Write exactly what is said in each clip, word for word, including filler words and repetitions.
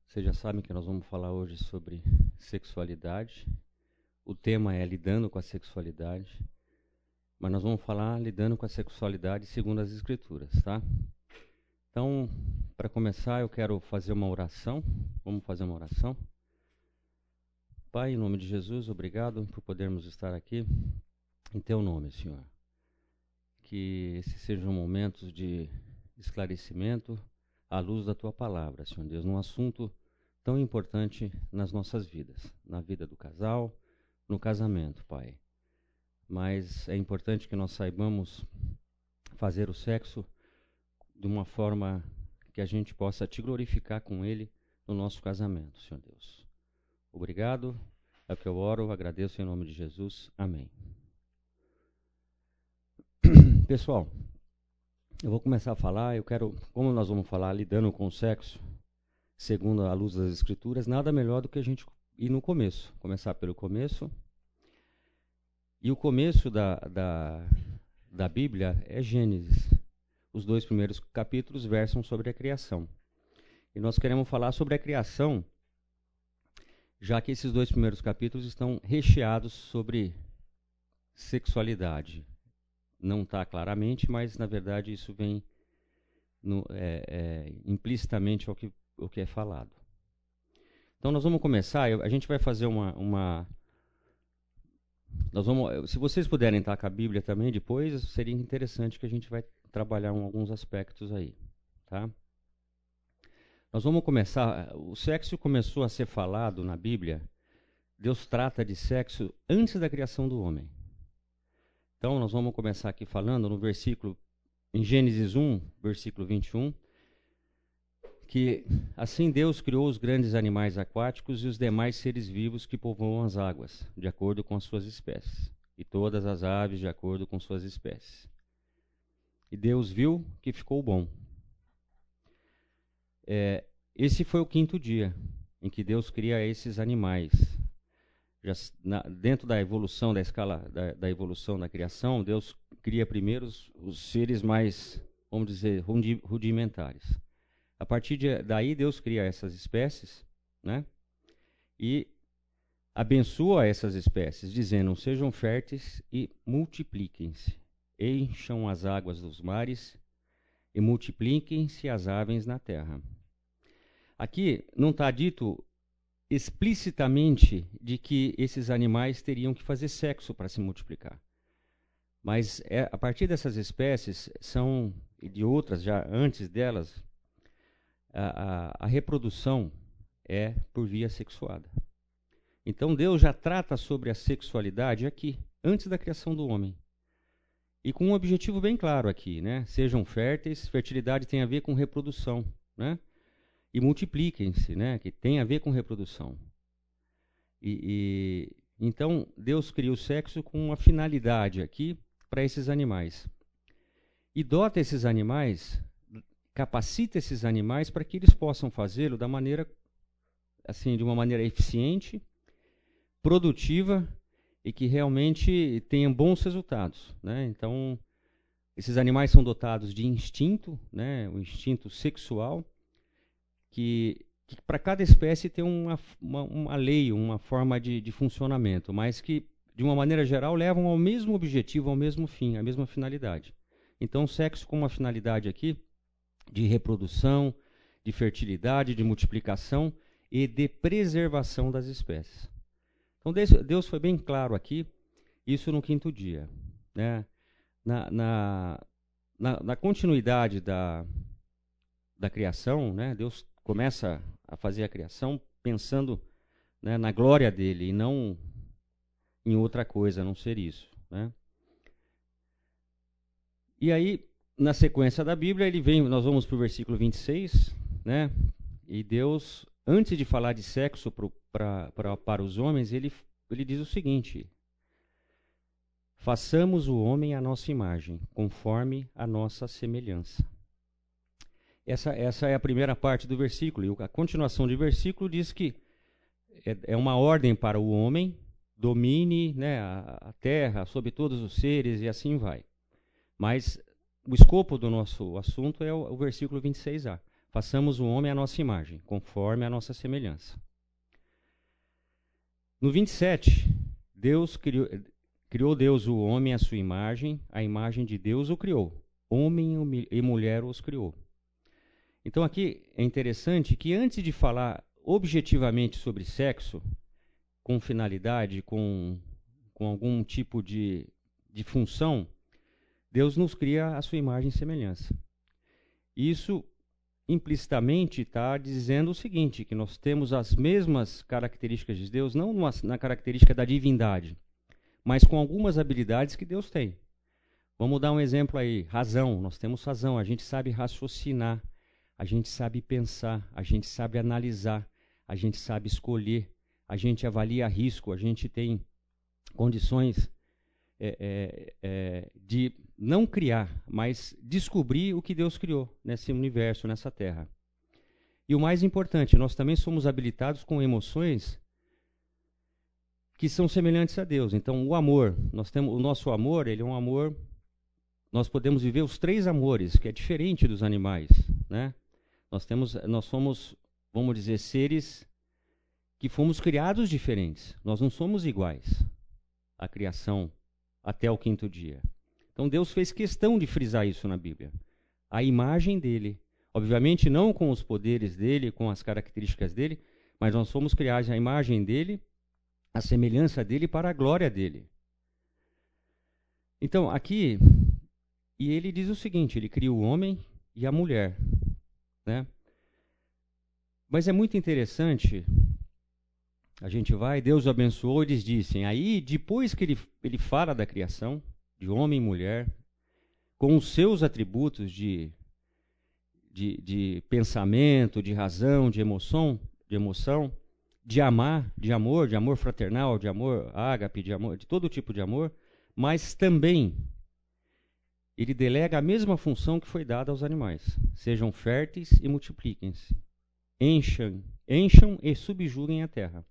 Vocês já sabem que nós vamos falar hoje sobre sexualidade. O tema é lidando com a sexualidade, mas nós vamos falar lidando com a sexualidade segundo as Escrituras, tá? Então, para começar, eu quero fazer uma oração. Vamos fazer uma oração. Pai, em nome de Jesus, obrigado por podermos estar aqui em Teu nome, Senhor. Que esses sejam momentos de esclarecimento à luz da Tua palavra, Senhor Deus, num assunto tão importante nas nossas vidas, na vida do casal, no casamento, Pai. Mas é importante que nós saibamos fazer o sexo de uma forma que a gente possa Te glorificar com ele no nosso casamento, Senhor Deus. Obrigado, é o que eu oro, agradeço em nome de Jesus. Amém. Pessoal, eu vou começar a falar, eu quero, como nós vamos falar lidando com o sexo, segundo a luz das Escrituras, nada melhor do que a gente ir no começo, começar pelo começo. E o começo da, da, da Bíblia é Gênesis. Os dois primeiros capítulos versam sobre a criação. E nós queremos falar sobre a criação, já que esses dois primeiros capítulos estão recheados sobre sexualidade. Não está claramente, mas na verdade isso vem no, é, é, implicitamente ao que, ao que é falado. Então nós vamos começar, eu, a gente vai fazer uma... uma nós vamos, se vocês puderem estar com a Bíblia também depois, seria interessante que a gente vai trabalhar em alguns aspectos aí, tá? Nós vamos começar, o sexo começou a ser falado na Bíblia, Deus trata de sexo antes da criação do homem. Então, nós vamos começar aqui falando no versículo, em Gênesis um, versículo vinte e um, que assim Deus criou os grandes animais aquáticos e os demais seres vivos que povoam as águas, de acordo com as suas espécies, e todas as aves de acordo com suas espécies. E Deus viu que ficou bom. É, esse foi o quinto dia em que Deus cria esses animais. Já, na, dentro da evolução, da escala da, da evolução da criação, Deus cria primeiro os, os seres mais, vamos dizer, rudimentares. A partir de, daí, Deus cria essas espécies, né? E abençoa essas espécies, dizendo: sejam férteis e multipliquem-se, encham as águas dos mares e multipliquem-se as aves na terra. Aqui não está dito explicitamente de que esses animais teriam que fazer sexo para se multiplicar. Mas é, a partir dessas espécies, são, e de outras já antes delas, a, a, a reprodução é por via sexuada. Então Deus já trata sobre a sexualidade aqui, antes da criação do homem. E com um objetivo bem claro aqui, né? Sejam férteis, fertilidade tem a ver com reprodução, né? E multipliquem-se, né? Que tem a ver com reprodução. E, e então Deus cria o sexo com uma finalidade aqui para esses animais. E dota esses animais, capacita esses animais para que eles possam fazê-lo da maneira, assim, de uma maneira eficiente, produtiva e que realmente tenham bons resultados, né? Então, esses animais são dotados de instinto, né? O instinto sexual, que, que para cada espécie tem uma, uma, uma lei, uma forma de, de funcionamento, mas que, de uma maneira geral, levam ao mesmo objetivo, ao mesmo fim, à mesma finalidade. Então, o sexo com uma finalidade aqui de reprodução, de fertilidade, de multiplicação e de preservação das espécies. Então, Deus foi bem claro aqui, isso no quinto dia, né? Na, na, na, na continuidade da, da criação, né? Deus começa a fazer a criação pensando, né, na glória dele e não em outra coisa, a não ser isso, né? E aí, na sequência da Bíblia, ele vem, nós vamos para o versículo vinte e seis, né? E Deus, antes de falar de sexo pro, pra, pra, para os homens, ele, ele diz o seguinte: façamos o homem à nossa imagem, conforme a nossa semelhança. Essa, essa é a primeira parte do versículo. E a continuação do versículo diz que é, é uma ordem para o homem, domine, né, a, a terra sobre todos os seres e assim vai. Mas o escopo do nosso assunto é o, o versículo vinte e seis a. façamos o homem à nossa imagem, conforme a nossa semelhança. No vinte e sete, Deus criou, criou Deus o homem à sua imagem, a imagem de Deus o criou. Homem e mulher os criou. Então aqui é interessante que antes de falar objetivamente sobre sexo, com finalidade, com, com algum tipo de, de função, Deus nos cria a sua imagem e semelhança. Isso implicitamente está dizendo o seguinte, que nós temos as mesmas características de Deus, não numa, na característica da divindade, mas com algumas habilidades que Deus tem. Vamos dar um exemplo aí, razão, nós temos razão, a gente sabe raciocinar, a gente sabe pensar, a gente sabe analisar, a gente sabe escolher, a gente avalia risco, a gente tem condições é, é, é, de não criar, mas descobrir o que Deus criou nesse universo, nessa terra. E o mais importante, nós também somos habilitados com emoções que são semelhantes a Deus. Então, o amor, nós temos, o nosso amor, ele é um amor, nós podemos viver os três amores, que é diferente dos animais, né? Nós temos, nós somos, vamos dizer, seres que fomos criados diferentes. Nós não somos iguais à criação até o quinto dia. Então Deus fez questão de frisar isso na Bíblia. A imagem dele. Obviamente não com os poderes dele, com as características dele, mas nós fomos criados à imagem dele, à semelhança dele para a glória dele. Então aqui, e ele diz o seguinte, ele cria o homem e a mulher, né? Mas é muito interessante, a gente vai, Deus o abençoou, eles dizem, aí depois que ele, ele fala da criação, de homem e mulher, com os seus atributos de, de, de pensamento, de razão, de emoção, de emoção, de amar, de amor, de amor fraternal, de amor ágape, de amor, de todo tipo de amor, mas também ele delega a mesma função que foi dada aos animais. Sejam férteis e multipliquem-se. Encham, encham e subjuguem a terra.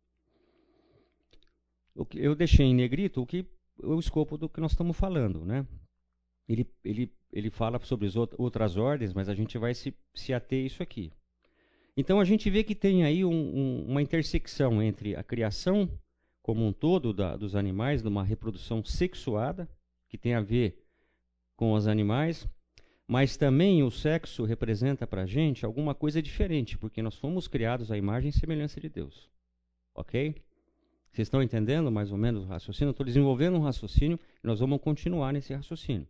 Eu deixei em negrito o que o escopo do que nós estamos falando, né? Ele, ele, ele fala sobre as outras ordens, mas a gente vai se, se ater a isso aqui. Então a gente vê que tem aí um, um, uma intersecção entre a criação como um todo da, dos animais, de uma reprodução sexuada, que tem a ver com os animais, mas também o sexo representa para a gente alguma coisa diferente, porque nós fomos criados à imagem e semelhança de Deus. Ok? Vocês estão entendendo mais ou menos o raciocínio? Eu estou desenvolvendo um raciocínio e nós vamos continuar nesse raciocínio.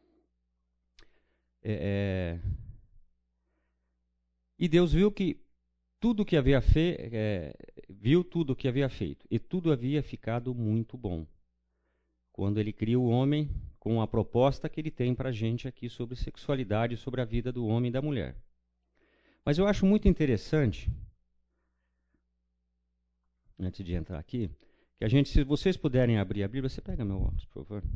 É, é... E Deus viu que tudo que havia fe... é... viu tudo que havia feito e tudo havia ficado muito bom. Quando ele cria o homem com a proposta que ele tem para a gente aqui sobre sexualidade, sobre a vida do homem e da mulher. Mas eu acho muito interessante, antes de entrar aqui, que a gente, se vocês puderem abrir a Bíblia, você pega meu óculos, por favor.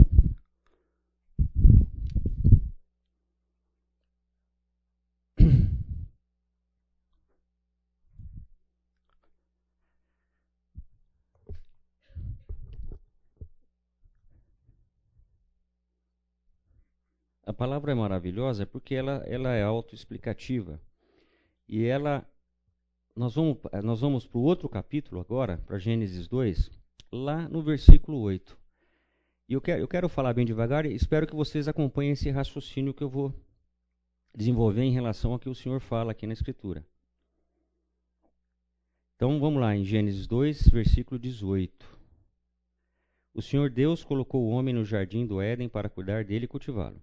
A palavra é maravilhosa porque ela, ela é autoexplicativa. E ela... Nós vamos, nós vamos para o outro capítulo agora, para Gênesis dois, lá no versículo oito. E eu quero, eu quero falar bem devagar e espero que vocês acompanhem esse raciocínio que eu vou desenvolver em relação ao que o Senhor fala aqui na Escritura. Então vamos lá, em Gênesis dois, versículo dezoito. O Senhor Deus colocou o homem no jardim do Éden para cuidar dele e cultivá-lo.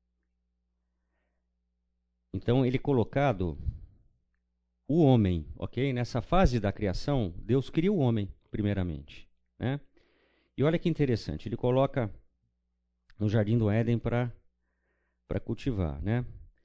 Então ele colocado... O homem, ok? Nessa fase da criação, Deus cria o homem, primeiramente, né? E olha que interessante, ele coloca no jardim do Éden para para cultivar, né?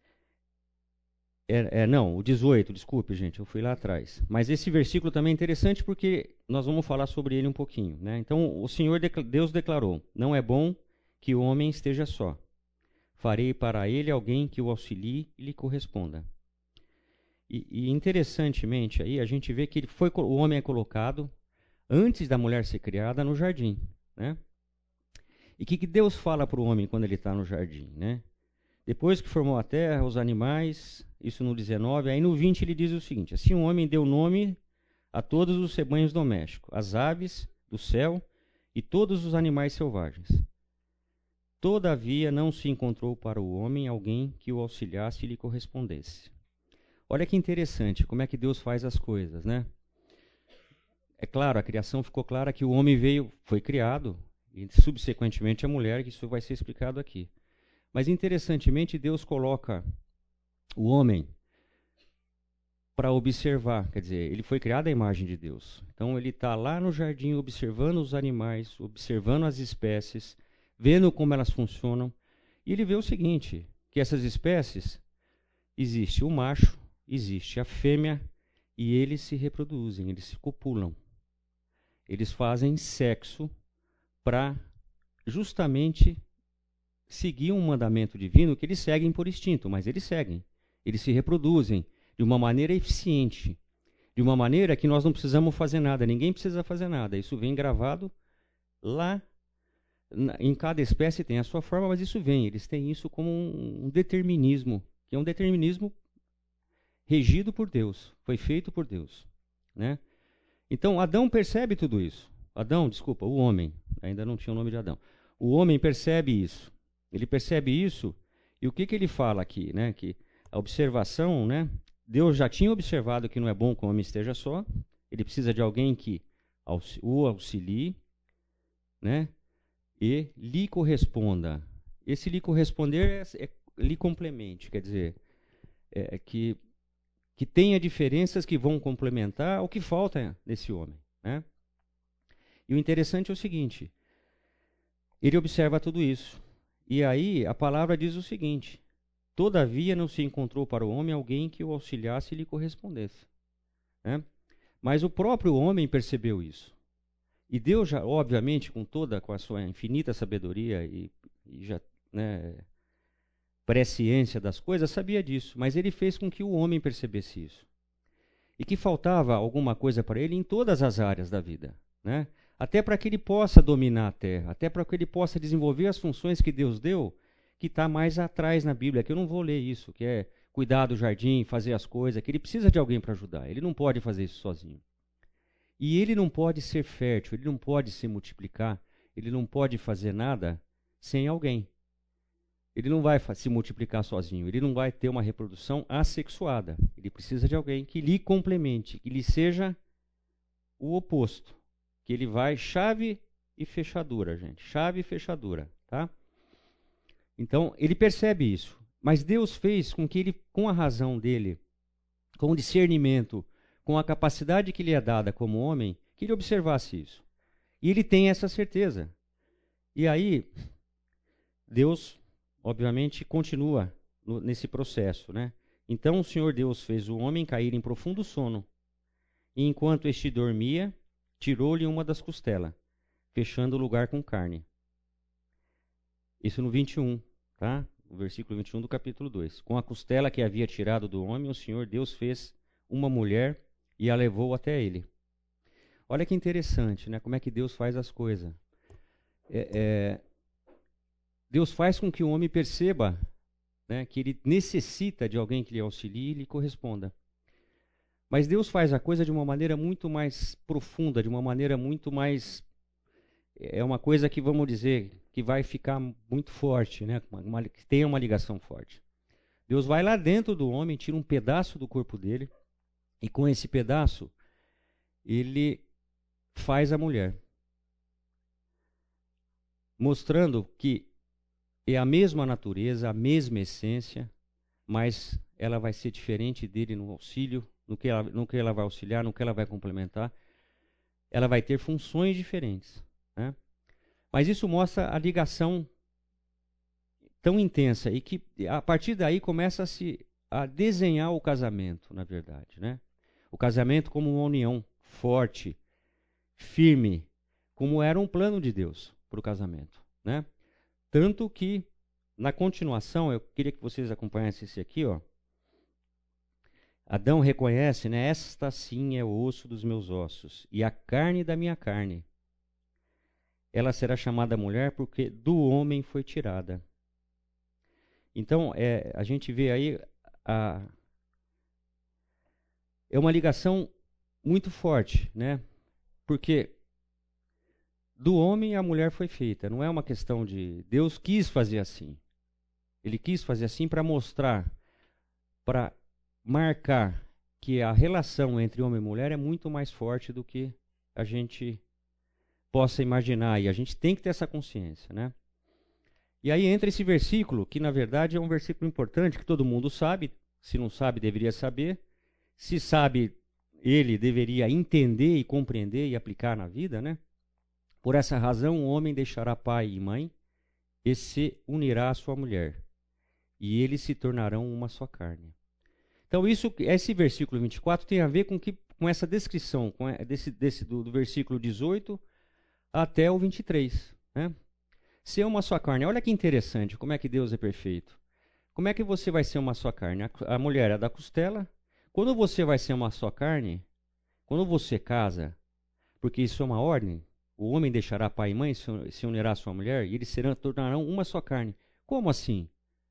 É, é, não, o dezoito, desculpe, gente, eu fui lá atrás. Mas esse versículo também é interessante porque nós vamos falar sobre ele um pouquinho, né? Então, o Senhor, Deus declarou, não é bom que o homem esteja só. Farei para ele alguém que o auxilie e lhe corresponda. E, e interessantemente, aí a gente vê que ele foi, o homem é colocado antes da mulher ser criada no jardim, né? E o que, que Deus fala para o homem quando ele está no jardim, né? Depois que formou a terra, os animais, isso no dezenove, aí no vinte ele diz o seguinte: assim um homem deu nome a todos os rebanhos domésticos, as aves do céu e todos os animais selvagens. Todavia não se encontrou para o homem alguém que o auxiliasse e lhe correspondesse. Olha que interessante, como é que Deus faz as coisas, né? É claro, a criação ficou clara que o homem veio, foi criado, e subsequentemente a mulher, que isso vai ser explicado aqui. Mas interessantemente, Deus coloca o homem para observar, quer dizer, ele foi criado à imagem de Deus. Então ele está lá no jardim observando os animais, observando as espécies, vendo como elas funcionam, e ele vê o seguinte, que essas espécies, existe o macho, existe a fêmea, e eles se reproduzem, eles se copulam. Eles fazem sexo para justamente seguir um mandamento divino que eles seguem por instinto, mas eles seguem. Eles se reproduzem de uma maneira eficiente, de uma maneira que nós não precisamos fazer nada, ninguém precisa fazer nada. Isso vem gravado lá, na, em cada espécie tem a sua forma, mas isso vem, eles têm isso como um, um determinismo, que é um determinismo regido por Deus, foi feito por Deus, né? Então, Adão percebe tudo isso. Adão, desculpa, o homem, ainda não tinha o nome de Adão. O homem percebe isso. Ele percebe isso, e o que, que ele fala aqui? Né? Que a observação, né? Deus já tinha observado que não é bom que o homem esteja só, ele precisa de alguém que o auxilie, né? E lhe corresponda. Esse lhe corresponder é, é lhe complemente, quer dizer, é, é que que tenha diferenças que vão complementar o que falta nesse homem, né? E o interessante é o seguinte, ele observa tudo isso, e aí a palavra diz o seguinte: todavia não se encontrou para o homem alguém que o auxiliasse e lhe correspondesse, né? Mas o próprio homem percebeu isso, e Deus já, obviamente, com toda, com a sua infinita sabedoria e, e já, né, presciência das coisas, sabia disso, mas ele fez com que o homem percebesse isso. E que faltava alguma coisa para ele em todas as áreas da vida, né? Até para que ele possa dominar a terra, até para que ele possa desenvolver as funções que Deus deu, que está mais atrás na Bíblia, que eu não vou ler isso, que é cuidar do jardim, fazer as coisas, que ele precisa de alguém para ajudar, ele não pode fazer isso sozinho. E ele não pode ser fértil, ele não pode se multiplicar, ele não pode fazer nada sem alguém. Ele não vai se multiplicar sozinho, ele não vai ter uma reprodução assexuada. Ele precisa de alguém que lhe complemente, que lhe seja o oposto. Que ele vai chave e fechadura, gente. Chave e fechadura, tá? Então, ele percebe isso. Mas Deus fez com que ele, com a razão dele, com o discernimento, com a capacidade que lhe é dada como homem, que ele observasse isso. E ele tem essa certeza. E aí, Deus, obviamente, continua no, nesse processo, né? Então o Senhor Deus fez o homem cair em profundo sono, e enquanto este dormia, tirou-lhe uma das costelas, fechando o lugar com carne. Isso no vinte e um, tá? O versículo vinte e um do capítulo dois. Com a costela que havia tirado do homem, o Senhor Deus fez uma mulher e a levou até ele. Olha que interessante, né? Como é que Deus faz as coisas. É... é... Deus faz com que o homem perceba, né, que ele necessita de alguém que lhe auxilie e lhe corresponda. Mas Deus faz a coisa de uma maneira muito mais profunda, de uma maneira muito mais... É uma coisa que, vamos dizer, que vai ficar muito forte, né, uma, que tenha uma ligação forte. Deus vai lá dentro do homem, tira um pedaço do corpo dele, e com esse pedaço, ele faz a mulher. Mostrando que é a mesma natureza, a mesma essência, mas ela vai ser diferente dele no auxílio, no que ela, no que ela vai auxiliar, no que ela vai complementar. Ela vai ter funções diferentes, né? Mas isso mostra a ligação tão intensa e que a partir daí começa-se a desenhar o casamento, na verdade, né? O casamento como uma união forte, firme, como era um plano de Deus para o casamento, né? Tanto que, na continuação, eu queria que vocês acompanhassem esse aqui, ó. Adão reconhece, né? Esta sim é o osso dos meus ossos e a carne da minha carne. Ela será chamada mulher porque do homem foi tirada. Então, é, a gente vê aí, a, é uma ligação muito forte, né? Porque do homem a mulher foi feita, não é uma questão de Deus quis fazer assim. Ele quis fazer assim para mostrar, para marcar que a relação entre homem e mulher é muito mais forte do que a gente possa imaginar. E a gente tem que ter essa consciência, né? E aí entra esse versículo, que na verdade é um versículo importante, que todo mundo sabe. Se não sabe, deveria saber. Se sabe, ele deveria entender e compreender e aplicar na vida, né? Por essa razão, o homem deixará pai e mãe e se unirá à sua mulher, e eles se tornarão uma só carne. Então, isso, esse versículo vinte e quatro tem a ver com, que, com essa descrição, com desse, desse, do, do versículo dezoito até o vinte e três. Né? Ser uma só carne. Olha que interessante, como é que Deus é perfeito. Como é que você vai ser uma só carne? A, a mulher é da costela. Quando você vai ser uma só carne, quando você casa, porque isso é uma ordem, o homem deixará pai e mãe, se unirá à sua mulher, e eles serão, tornarão uma só carne. Como assim?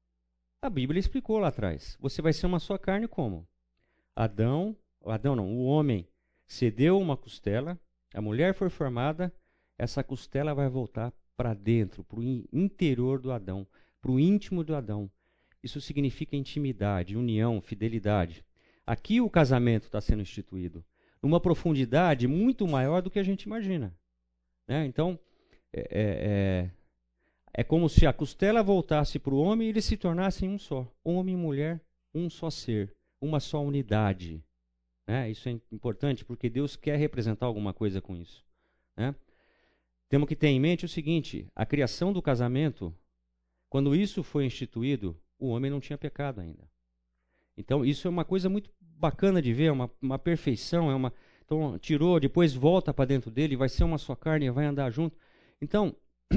A Bíblia explicou lá atrás. Você vai ser uma só carne como? Adão, Adão não, o homem cedeu uma costela, a mulher foi formada, essa costela vai voltar para dentro, para o interior do Adão, para o íntimo do Adão. Isso significa intimidade, união, fidelidade. Aqui o casamento está sendo instituído, numa profundidade muito maior do que a gente imagina. Né? Então, é, é, é como se a costela voltasse para o homem e eles se tornassem um só. Homem e mulher, um só ser, uma só unidade. Né? Isso é importante porque Deus quer representar alguma coisa com isso. Né? Temos que ter em mente o seguinte, a criação do casamento, quando isso foi instituído, o homem não tinha pecado ainda. Então, isso é uma coisa muito bacana de ver, uma, uma perfeição, é uma... Então, tirou, depois volta para dentro dele, vai ser uma só carne, vai andar junto. Então,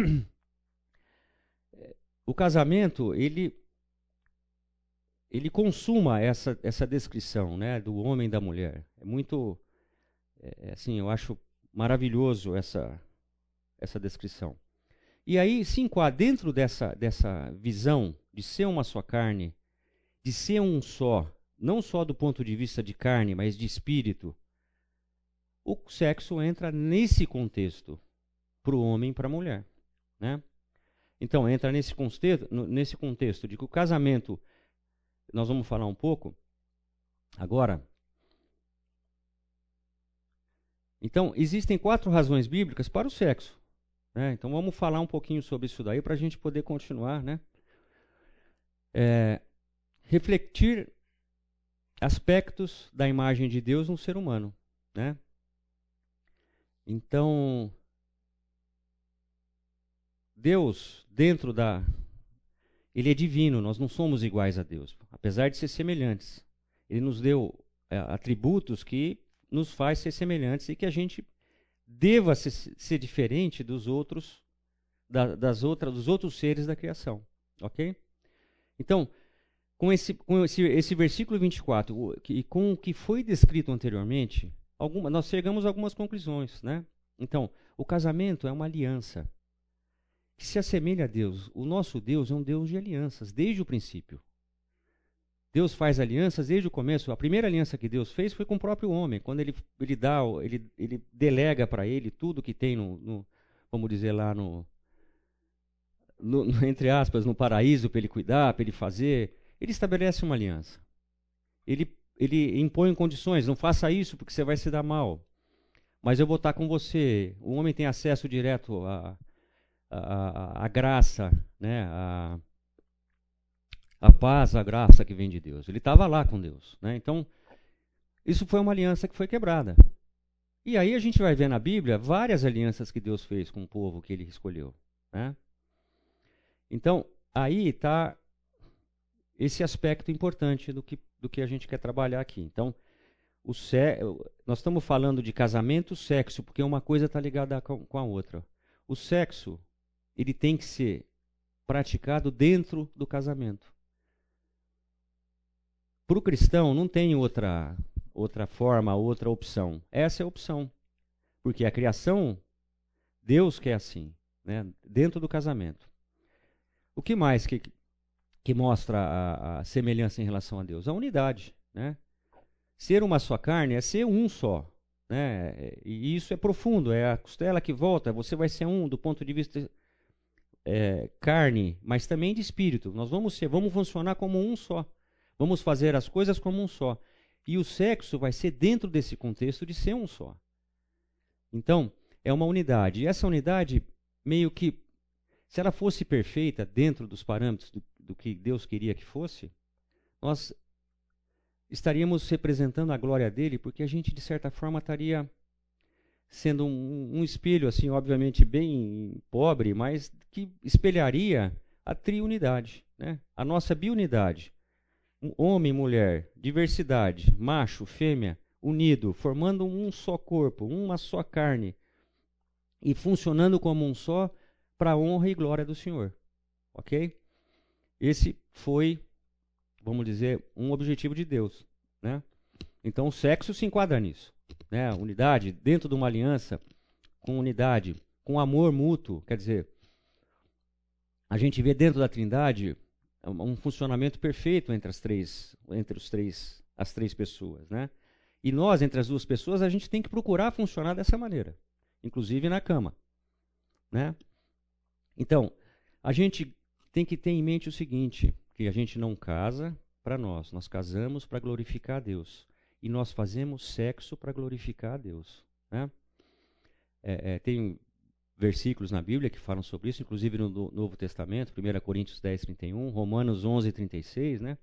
o casamento, ele, ele consuma essa, essa descrição, né, do homem e da mulher. É muito, é, assim, eu acho maravilhoso essa, essa descrição. E aí se enquadra dentro dessa, dessa visão de ser uma só carne, de ser um só, não só do ponto de vista de carne, mas de espírito, o sexo entra nesse contexto, para o homem e para a mulher. Né? Então, entra nesse contexto, nesse contexto de que o casamento, nós vamos falar um pouco agora. Então, existem quatro razões bíblicas para o sexo. Né? Então, vamos falar um pouquinho sobre isso daí para a gente poder continuar. Né? É, refletir aspectos da imagem de Deus no ser humano. Né? Então, Deus, dentro da... Ele é divino, nós não somos iguais a Deus, apesar de ser semelhantes. Ele nos deu é, atributos que nos faz ser semelhantes e que a gente deva ser, ser diferente dos outros, da, das outras, dos outros seres da criação. Ok? Então, com esse, com esse, esse versículo vinte e quatro e com o que foi descrito anteriormente, alguma, nós chegamos a algumas conclusões. Né? Então, o casamento é uma aliança que se assemelha a Deus. O nosso Deus é um Deus de alianças, desde o princípio. Deus faz alianças desde o começo. A primeira aliança que Deus fez foi com o próprio homem, quando ele, ele dá, ele, ele delega para ele tudo que tem no, no vamos dizer lá no, no, no entre aspas, no paraíso para ele cuidar, para ele fazer. Ele estabelece uma aliança. Ele, ele impõe condições, não faça isso porque você vai se dar mal. Mas eu vou estar com você. O homem tem acesso direto a A, a, a graça, né? a, a paz, a graça que vem de Deus. Ele estava lá com Deus. Né? Então, isso foi uma aliança que foi quebrada. E aí a gente vai ver na Bíblia várias alianças que Deus fez com o povo que ele escolheu. Né? Então, aí está esse aspecto importante do que, do que a gente quer trabalhar aqui. Então, o sé, nós estamos falando de casamento, sexo, porque uma coisa está ligada com a outra. O sexo, ele tem que ser praticado dentro do casamento. Para o cristão não tem outra, outra forma, outra opção. Essa é a opção. Porque a criação, Deus quer assim, né? Dentro do casamento. O que mais que que mostra a, a semelhança em relação a Deus? A unidade, né? Ser uma só carne é ser um só, né? E isso é profundo, é a costela que volta, você vai ser um do ponto de vista é, carne, mas também de espírito. Nós vamos ser, vamos funcionar como um só. Vamos fazer as coisas como um só. E o sexo vai ser dentro desse contexto de ser um só. Então, é uma unidade. E essa unidade, meio que, se ela fosse perfeita dentro dos parâmetros do, do que Deus queria que fosse, nós estaríamos representando a glória dele, porque a gente, de certa forma, estaria sendo um, um espelho, assim, obviamente bem pobre, mas que espelharia a triunidade, né? A nossa biunidade. Um homem, mulher, diversidade, macho, fêmea, unido, formando um só corpo, uma só carne, e funcionando como um só para a honra e glória do Senhor. Ok? Esse foi, vamos dizer, um objetivo de Deus, né? Então o sexo se enquadra nisso, né? Unidade dentro de uma aliança, com unidade, com amor mútuo, quer dizer, a gente vê dentro da Trindade um funcionamento perfeito entre as três, entre os três, as três pessoas, né? E nós, entre as duas pessoas, a gente tem que procurar funcionar dessa maneira, inclusive na cama, né? Então, a gente tem que ter em mente o seguinte, que a gente não casa para nós, nós casamos para glorificar a Deus. E nós fazemos sexo para glorificar a Deus, né? É, é, tem versículos na Bíblia que falam sobre isso, inclusive no Novo Testamento, primeira Coríntios dez, trinta e um, Romanos onze, trinta e seis, né?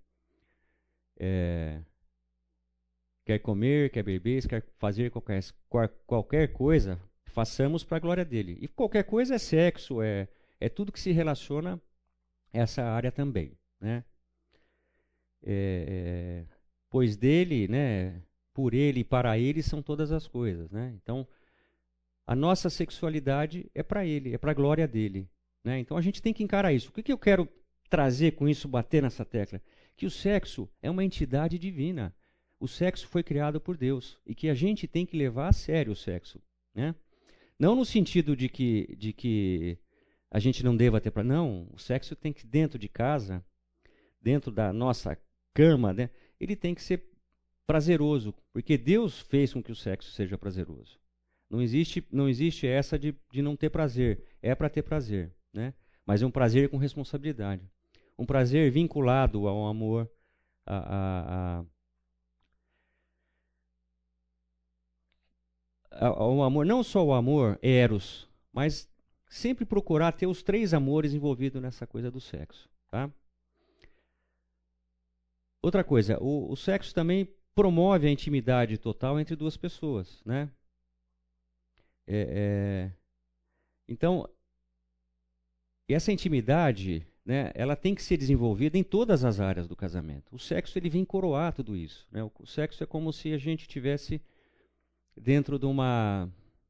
É, quer comer, quer beber, quer fazer qualquer, qualquer coisa, façamos para a glória dele. E qualquer coisa é sexo, é, é tudo que se relaciona a essa área também, né? É, é, pois dele, né, por ele e para ele são todas as coisas, né? Então, a nossa sexualidade é para ele, é para a glória dele, né? Então a gente tem que encarar isso. O que, que eu quero trazer com isso, bater nessa tecla? Que o sexo é uma entidade divina. O sexo foi criado por Deus e que a gente tem que levar a sério o sexo, né? Não no sentido de que, de que a gente não deva ter para... Não, o sexo tem que, dentro de casa, dentro da nossa cama, né, ele tem que ser prazeroso, porque Deus fez com que o sexo seja prazeroso. Não existe, não existe essa de, de não ter prazer. É para ter prazer, né? Mas é um prazer com responsabilidade. Um prazer vinculado ao amor, a, a, a, ao amor, não só o amor, eros, mas sempre procurar ter os três amores envolvidos nessa coisa do sexo, tá? Outra coisa, o, o sexo também promove a intimidade total entre duas pessoas, né? É, é, então, essa intimidade, né, ela tem que ser desenvolvida em todas as áreas do casamento. O sexo ele vem coroar tudo isso, né? O, o sexo é como se a gente tivesse dentro de uma...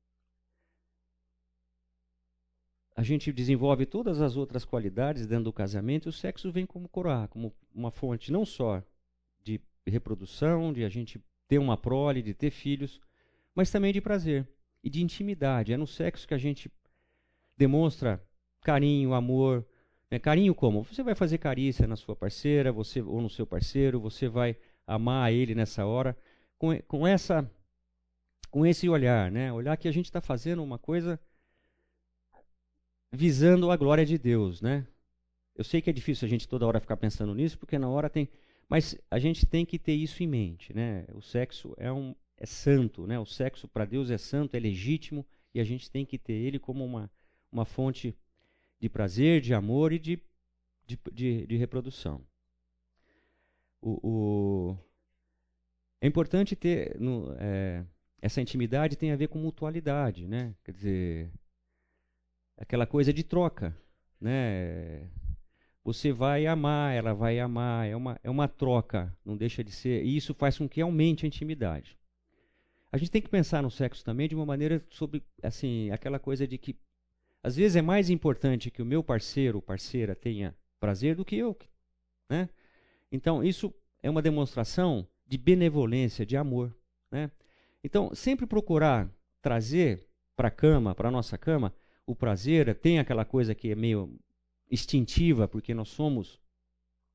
A gente desenvolve todas as outras qualidades dentro do casamento e o sexo vem como coroar, como uma fonte não só de reprodução, de a gente ter uma prole, de ter filhos, mas também de prazer e de intimidade. É no sexo que a gente demonstra carinho, amor. Né? Carinho como? Você vai fazer carícia na sua parceira, você ou no seu parceiro, você vai amar ele nessa hora, com, com, essa, com esse olhar, né? Olhar que a gente está fazendo uma coisa visando a glória de Deus, né? Eu sei que é difícil a gente toda hora ficar pensando nisso, porque na hora tem... Mas a gente tem que ter isso em mente, né? O sexo é, um, é santo, né? O sexo para Deus é santo, é legítimo, e a gente tem que ter ele como uma, uma fonte de prazer, de amor e de, de, de, de reprodução. O, o... É importante ter... No, é, essa intimidade tem a ver com mutualidade, né? Quer dizer, aquela coisa de troca, né? Você vai amar, ela vai amar, é uma, é uma troca, não deixa de ser, e isso faz com que aumente a intimidade. A gente tem que pensar no sexo também de uma maneira sobre, assim, aquela coisa de que, às vezes é mais importante que o meu parceiro ou parceira tenha prazer do que eu, né? Então, isso é uma demonstração de benevolência, de amor, né? Então, sempre procurar trazer para a cama, para a nossa cama, o prazer, tem aquela coisa que é meio instintiva, porque nós somos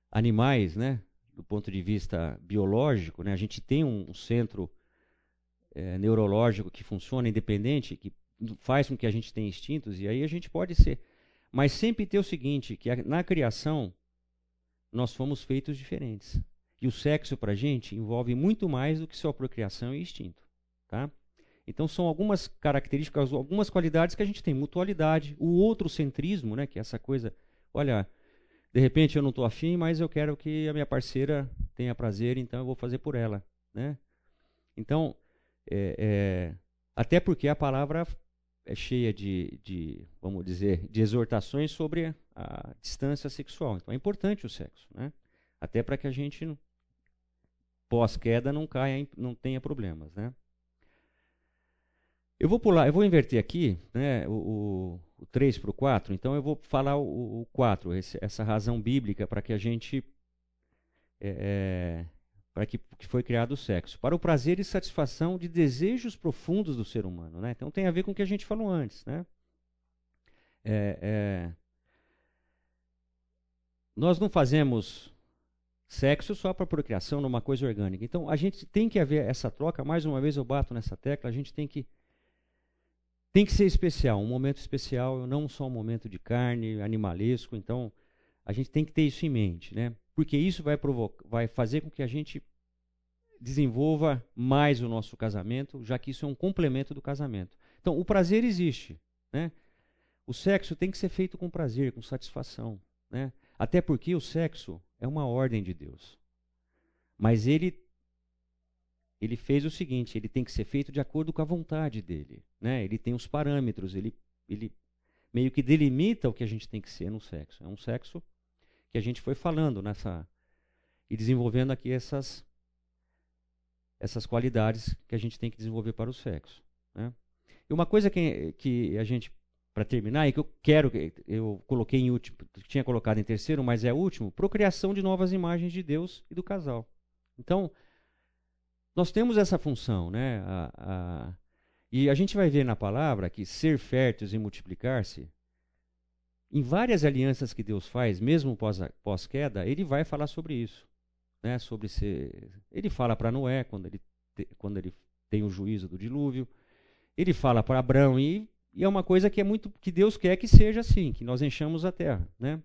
animais, né, do ponto de vista biológico, né, a gente tem um, um centro é, neurológico que funciona independente, que faz com que a gente tenha instintos, e aí a gente pode ser. Mas sempre ter o seguinte, que a, na criação nós fomos feitos diferentes. E o sexo para a gente envolve muito mais do que só procriação e instinto. Tá? Então são algumas características, algumas qualidades que a gente tem. Mutualidade, o outrocentrismo, né, que é essa coisa, olha, de repente eu não estou afim, mas eu quero que a minha parceira tenha prazer, então eu vou fazer por ela. Né? Então, é, é, até porque a palavra é cheia de, de, vamos dizer, de exortações sobre a distância sexual. Então é importante o sexo, né? Até para que a gente, pós-queda, não caia, em, não tenha problemas, né? Eu vou pular, eu vou inverter aqui, né, o, o, o três para o quatro, então eu vou falar o, o quatro, esse, essa razão bíblica para que a gente, é, para que, que foi criado o sexo, para o prazer e satisfação de desejos profundos do ser humano, né? Então tem a ver com o que a gente falou antes, né? É, é, nós não fazemos sexo só para procriação, numa coisa orgânica. Então a gente tem que haver essa troca, mais uma vez eu bato nessa tecla, a gente tem que Tem que ser especial, um momento especial, não só um momento de carne, animalesco. Então, a gente tem que ter isso em mente, né? Porque isso vai, provocar, vai fazer com que a gente desenvolva mais o nosso casamento, já que isso é um complemento do casamento. Então, o prazer existe, né? O sexo tem que ser feito com prazer, com satisfação, né? Até porque o sexo é uma ordem de Deus. Mas ele ele fez o seguinte, ele tem que ser feito de acordo com a vontade dele, né? Ele tem os parâmetros, ele, ele meio que delimita o que a gente tem que ser no sexo. É um sexo que a gente foi falando nessa e desenvolvendo aqui essas essas qualidades que a gente tem que desenvolver para o sexo, né? E uma coisa que, que a gente, para terminar, e que eu quero, eu coloquei em último, tinha colocado em terceiro, mas é último, procriação de novas imagens de Deus e do casal. Então, nós temos essa função, né? A, a, e a gente vai ver na palavra que ser férteis e multiplicar-se, em várias alianças que Deus faz, mesmo pós-queda, ele vai falar sobre isso. Né? Sobre ser, ele fala para Noé, quando ele, te, quando ele tem o juízo do dilúvio, ele fala para Abraão, e, e é uma coisa que, é muito, que Deus quer que seja assim, que nós enchamos a terra. Né?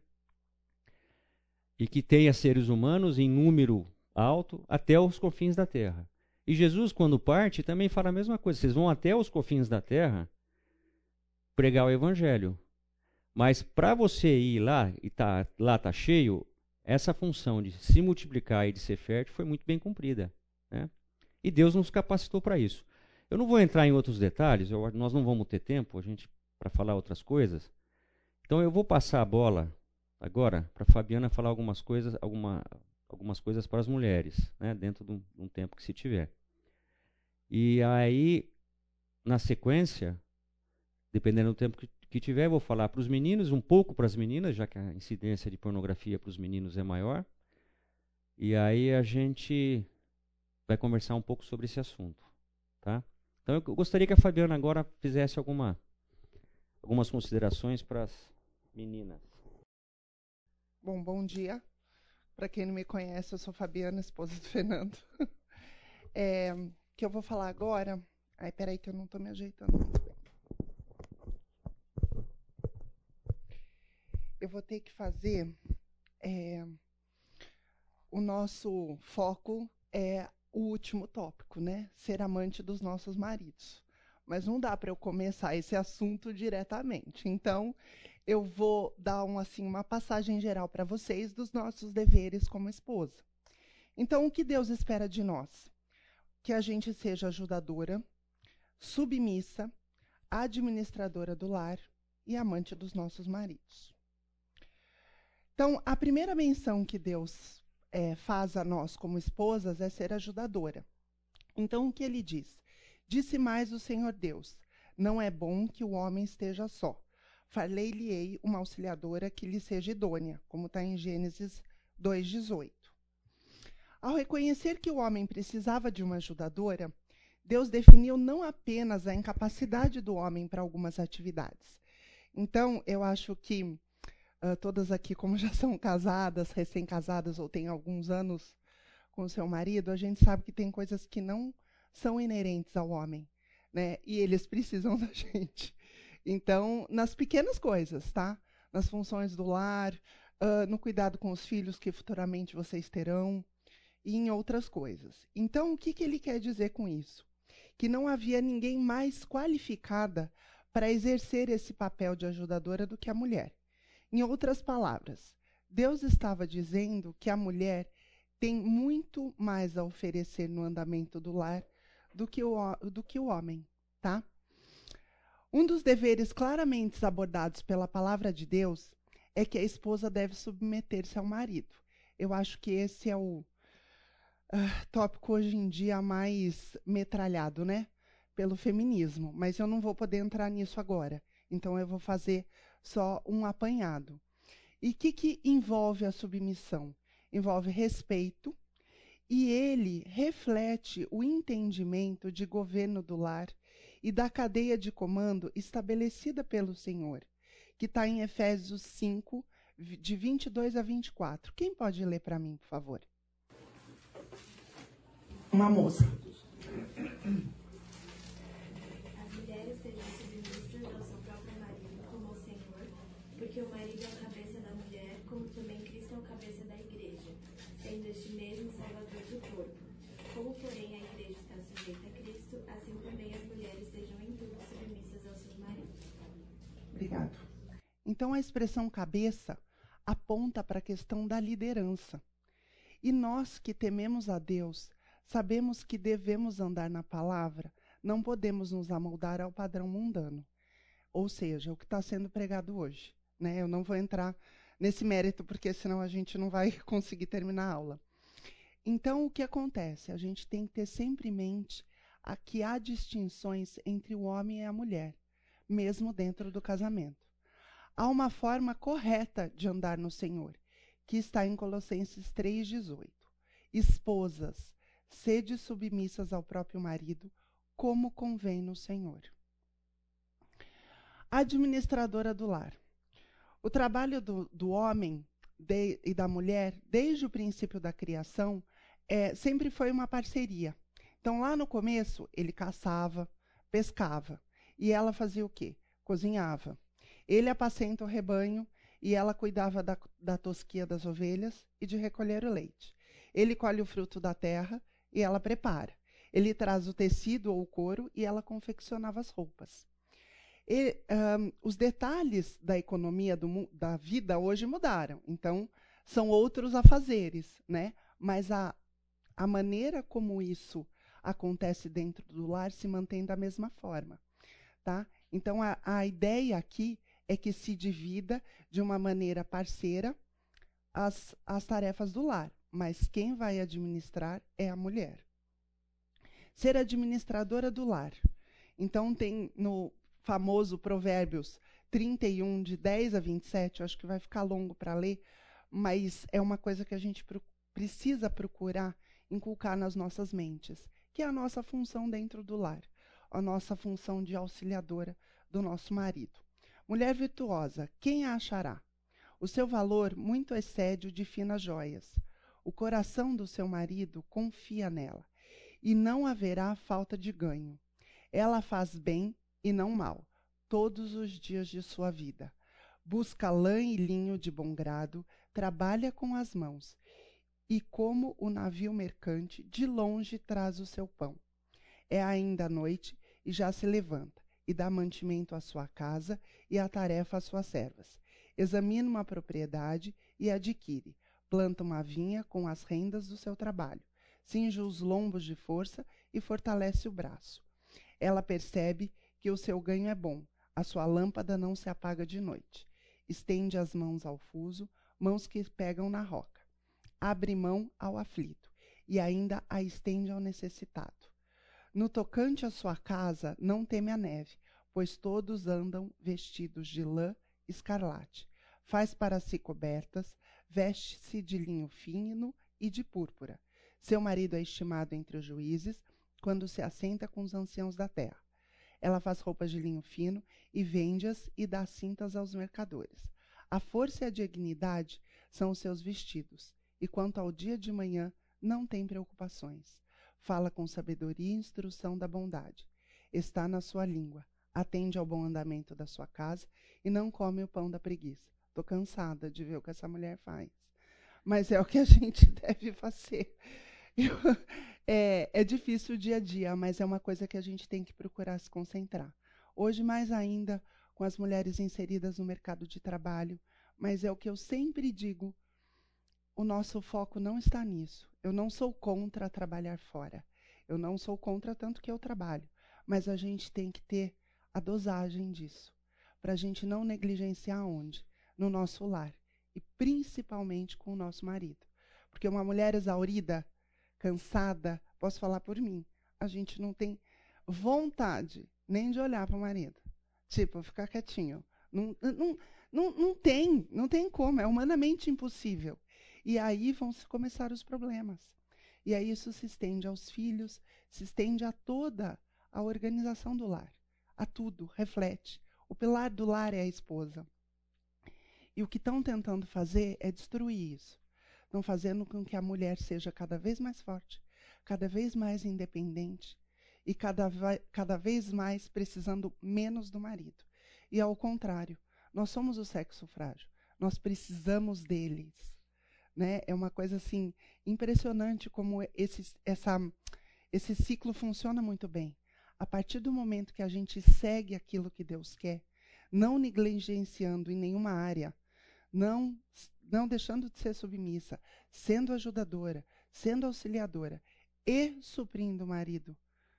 E que tenha seres humanos em número alto até os confins da terra. E Jesus, quando parte, também fala a mesma coisa. Vocês vão até os confins da terra pregar o evangelho. Mas para você ir lá e tá, lá tá cheio, essa função de se multiplicar e de ser fértil foi muito bem cumprida. Né? E Deus nos capacitou para isso. Eu não vou entrar em outros detalhes, eu, nós não vamos ter tempo a gente para falar outras coisas. Então eu vou passar a bola agora para a Fabiana falar algumas coisas, alguma, algumas coisas para as mulheres, né, dentro de um, de um tempo que se tiver. E aí, na sequência, dependendo do tempo que, que tiver, eu vou falar para os meninos, um pouco para as meninas, já que a incidência de pornografia para os meninos é maior. E aí a gente vai conversar um pouco sobre esse assunto. Tá? Então eu gostaria que a Fabiana agora fizesse alguma, algumas considerações para as meninas. Bom, bom dia. Para quem não me conhece, eu sou Fabiana, esposa do Fernando. É, o que eu vou falar agora... Ai, peraí que eu não estou me ajeitando muito bem. Eu vou ter que fazer... É, o nosso foco é o último tópico, né? Ser amante dos nossos maridos. Mas não dá para eu começar esse assunto diretamente. Então, eu vou dar um, assim, uma passagem geral para vocês dos nossos deveres como esposa. Então, o que Deus espera de nós? Que a gente seja ajudadora, submissa, administradora do lar e amante dos nossos maridos. Então, a primeira menção que Deus é, faz a nós como esposas é ser ajudadora. Então, o que ele diz? Disse mais o Senhor Deus, não é bom que o homem esteja só. Farei-lhe-ei uma auxiliadora que lhe seja idônea, como está em Gênesis dois, dezoito. Ao reconhecer que o homem precisava de uma ajudadora, Deus definiu não apenas a incapacidade do homem para algumas atividades. Então, eu acho que uh, todas aqui, como já são casadas, recém-casadas ou têm alguns anos com o seu marido, a gente sabe que tem coisas que não são inerentes ao homem, né? E eles precisam da gente. Então, nas pequenas coisas, tá? Nas funções do lar, uh, no cuidado com os filhos que futuramente vocês terão, e em outras coisas. Então, o que, que ele quer dizer com isso? Que não havia ninguém mais qualificada para exercer esse papel de ajudadora do que a mulher. Em outras palavras, Deus estava dizendo que a mulher tem muito mais a oferecer no andamento do lar do que o, do que o homem, tá? Um dos deveres claramente abordados pela palavra de Deus é que a esposa deve submeter-se ao marido. Eu acho que esse é o uh, tópico hoje em dia mais metralhado, né? Pelo feminismo, mas eu não vou poder entrar nisso agora. Então eu vou fazer só um apanhado. E o que, que envolve a submissão? Envolve respeito, e ele reflete o entendimento de governo do lar e da cadeia de comando estabelecida pelo Senhor, que está em Efésios cinco, de vinte e dois a vinte e quatro. Quem pode ler para mim, por favor? Uma moça. As mulheres sejam submissas ao seu próprio marido como ao Senhor, porque o marido é a cabeça da mulher, como também Cristo é a cabeça da igreja, sendo este mesmo salvador do corpo. Como, porém, a igreja está sujeita a Cristo, assim também as mulheres sejam em tudo submissas aos seus maridos. Obrigado. Então, a expressão cabeça aponta para a questão da liderança. E nós que tememos a Deus, sabemos que devemos andar na palavra, não podemos nos amoldar ao padrão mundano. Ou seja, o que está sendo pregado hoje. Né? Eu não vou entrar nesse mérito, porque senão a gente não vai conseguir terminar a aula. Então, o que acontece? A gente tem que ter sempre em mente a que há distinções entre o homem e a mulher, mesmo dentro do casamento. Há uma forma correta de andar no Senhor, que está em Colossenses três, dezoito. Esposas, sede submissas ao próprio marido, como convém no Senhor. Administradora do lar. O trabalho do, do homem de, e da mulher, desde o princípio da criação, é, sempre foi uma parceria. Então, lá no começo, ele caçava, pescava. E ela fazia o quê? Cozinhava. Ele apacenta o rebanho e ela cuidava da, da tosquia das ovelhas e de recolher o leite. Ele colhe o fruto da terra e ela prepara. Ele traz o tecido ou o couro e ela confeccionava as roupas. E, um, os detalhes da economia do, da vida hoje mudaram. Então, são outros afazeres, né? Mas a, a maneira como isso acontece dentro do lar se mantém da mesma forma. Tá? Então, a, a ideia aqui é que se divida de uma maneira parceira as, as tarefas do lar, mas quem vai administrar é a mulher. Ser administradora do lar. Então, tem no famoso Provérbios trinta e um, de dez a vinte e sete, eu acho que vai ficar longo para ler, mas é uma coisa que a gente pro, precisa procurar inculcar nas nossas mentes, que é a nossa função dentro do lar, a nossa função de auxiliadora do nosso marido. Mulher virtuosa, quem a achará? O seu valor muito excede o de finas joias. O coração do seu marido confia nela, e não haverá falta de ganho. Ela faz bem e não mal, todos os dias de sua vida. Busca lã e linho de bom grado, trabalha com as mãos, e como o navio mercante, de longe traz o seu pão. É ainda noite e já se levanta, e dá mantimento à sua casa e a tarefa às suas servas. Examina uma propriedade e adquire. Planta uma vinha com as rendas do seu trabalho. Cinge os lombos de força e fortalece o braço. Ela percebe que o seu ganho é bom. A sua lâmpada não se apaga de noite. Estende as mãos ao fuso, mãos que pegam na roca. Abre mão ao aflito e ainda a estende ao necessitado. No tocante à sua casa, não teme a neve, pois todos andam vestidos de lã escarlate. Faz para si cobertas, veste-se de linho fino e de púrpura. Seu marido é estimado entre os juízes, quando se assenta com os anciãos da terra. Ela faz roupas de linho fino e vende-as e dá cintas aos mercadores. A força e a dignidade são os seus vestidos, e quanto ao dia de manhã, não tem preocupações. Fala com sabedoria e instrução da bondade. Está na sua língua. Atende ao bom andamento da sua casa e não come o pão da preguiça. Estou cansada de ver o que essa mulher faz. Mas é o que a gente deve fazer. Eu, é, é difícil o dia a dia, mas é uma coisa que a gente tem que procurar se concentrar. Hoje, mais ainda, com as mulheres inseridas no mercado de trabalho, mas é o que eu sempre digo, o nosso foco não está nisso. Eu não sou contra trabalhar fora. Eu não sou contra tanto que eu trabalho, mas a gente tem que ter a dosagem disso, para a gente não negligenciar onde? No nosso lar, e principalmente com o nosso marido. Porque uma mulher exaurida, cansada, posso falar por mim, a gente não tem vontade nem de olhar para o marido. Tipo, ficar quietinho. Não, não, não, não tem, não tem como, é humanamente impossível. E aí vão se começar os problemas. E aí isso se estende aos filhos, se estende a toda a organização do lar. A tudo, reflete. O pilar do lar é a esposa. E o que estão tentando fazer é destruir isso. Estão fazendo com que a mulher seja cada vez mais forte, cada vez mais independente e cada, cada vez mais precisando menos do marido. E ao contrário, nós somos o sexo frágil. Nós precisamos deles. Né? É uma coisa assim impressionante como esse, essa, esse ciclo funciona muito bem. A partir do momento que a gente segue aquilo que Deus quer, não negligenciando em nenhuma área, não, não deixando de ser submissa, sendo ajudadora, sendo auxiliadora e suprindo o marido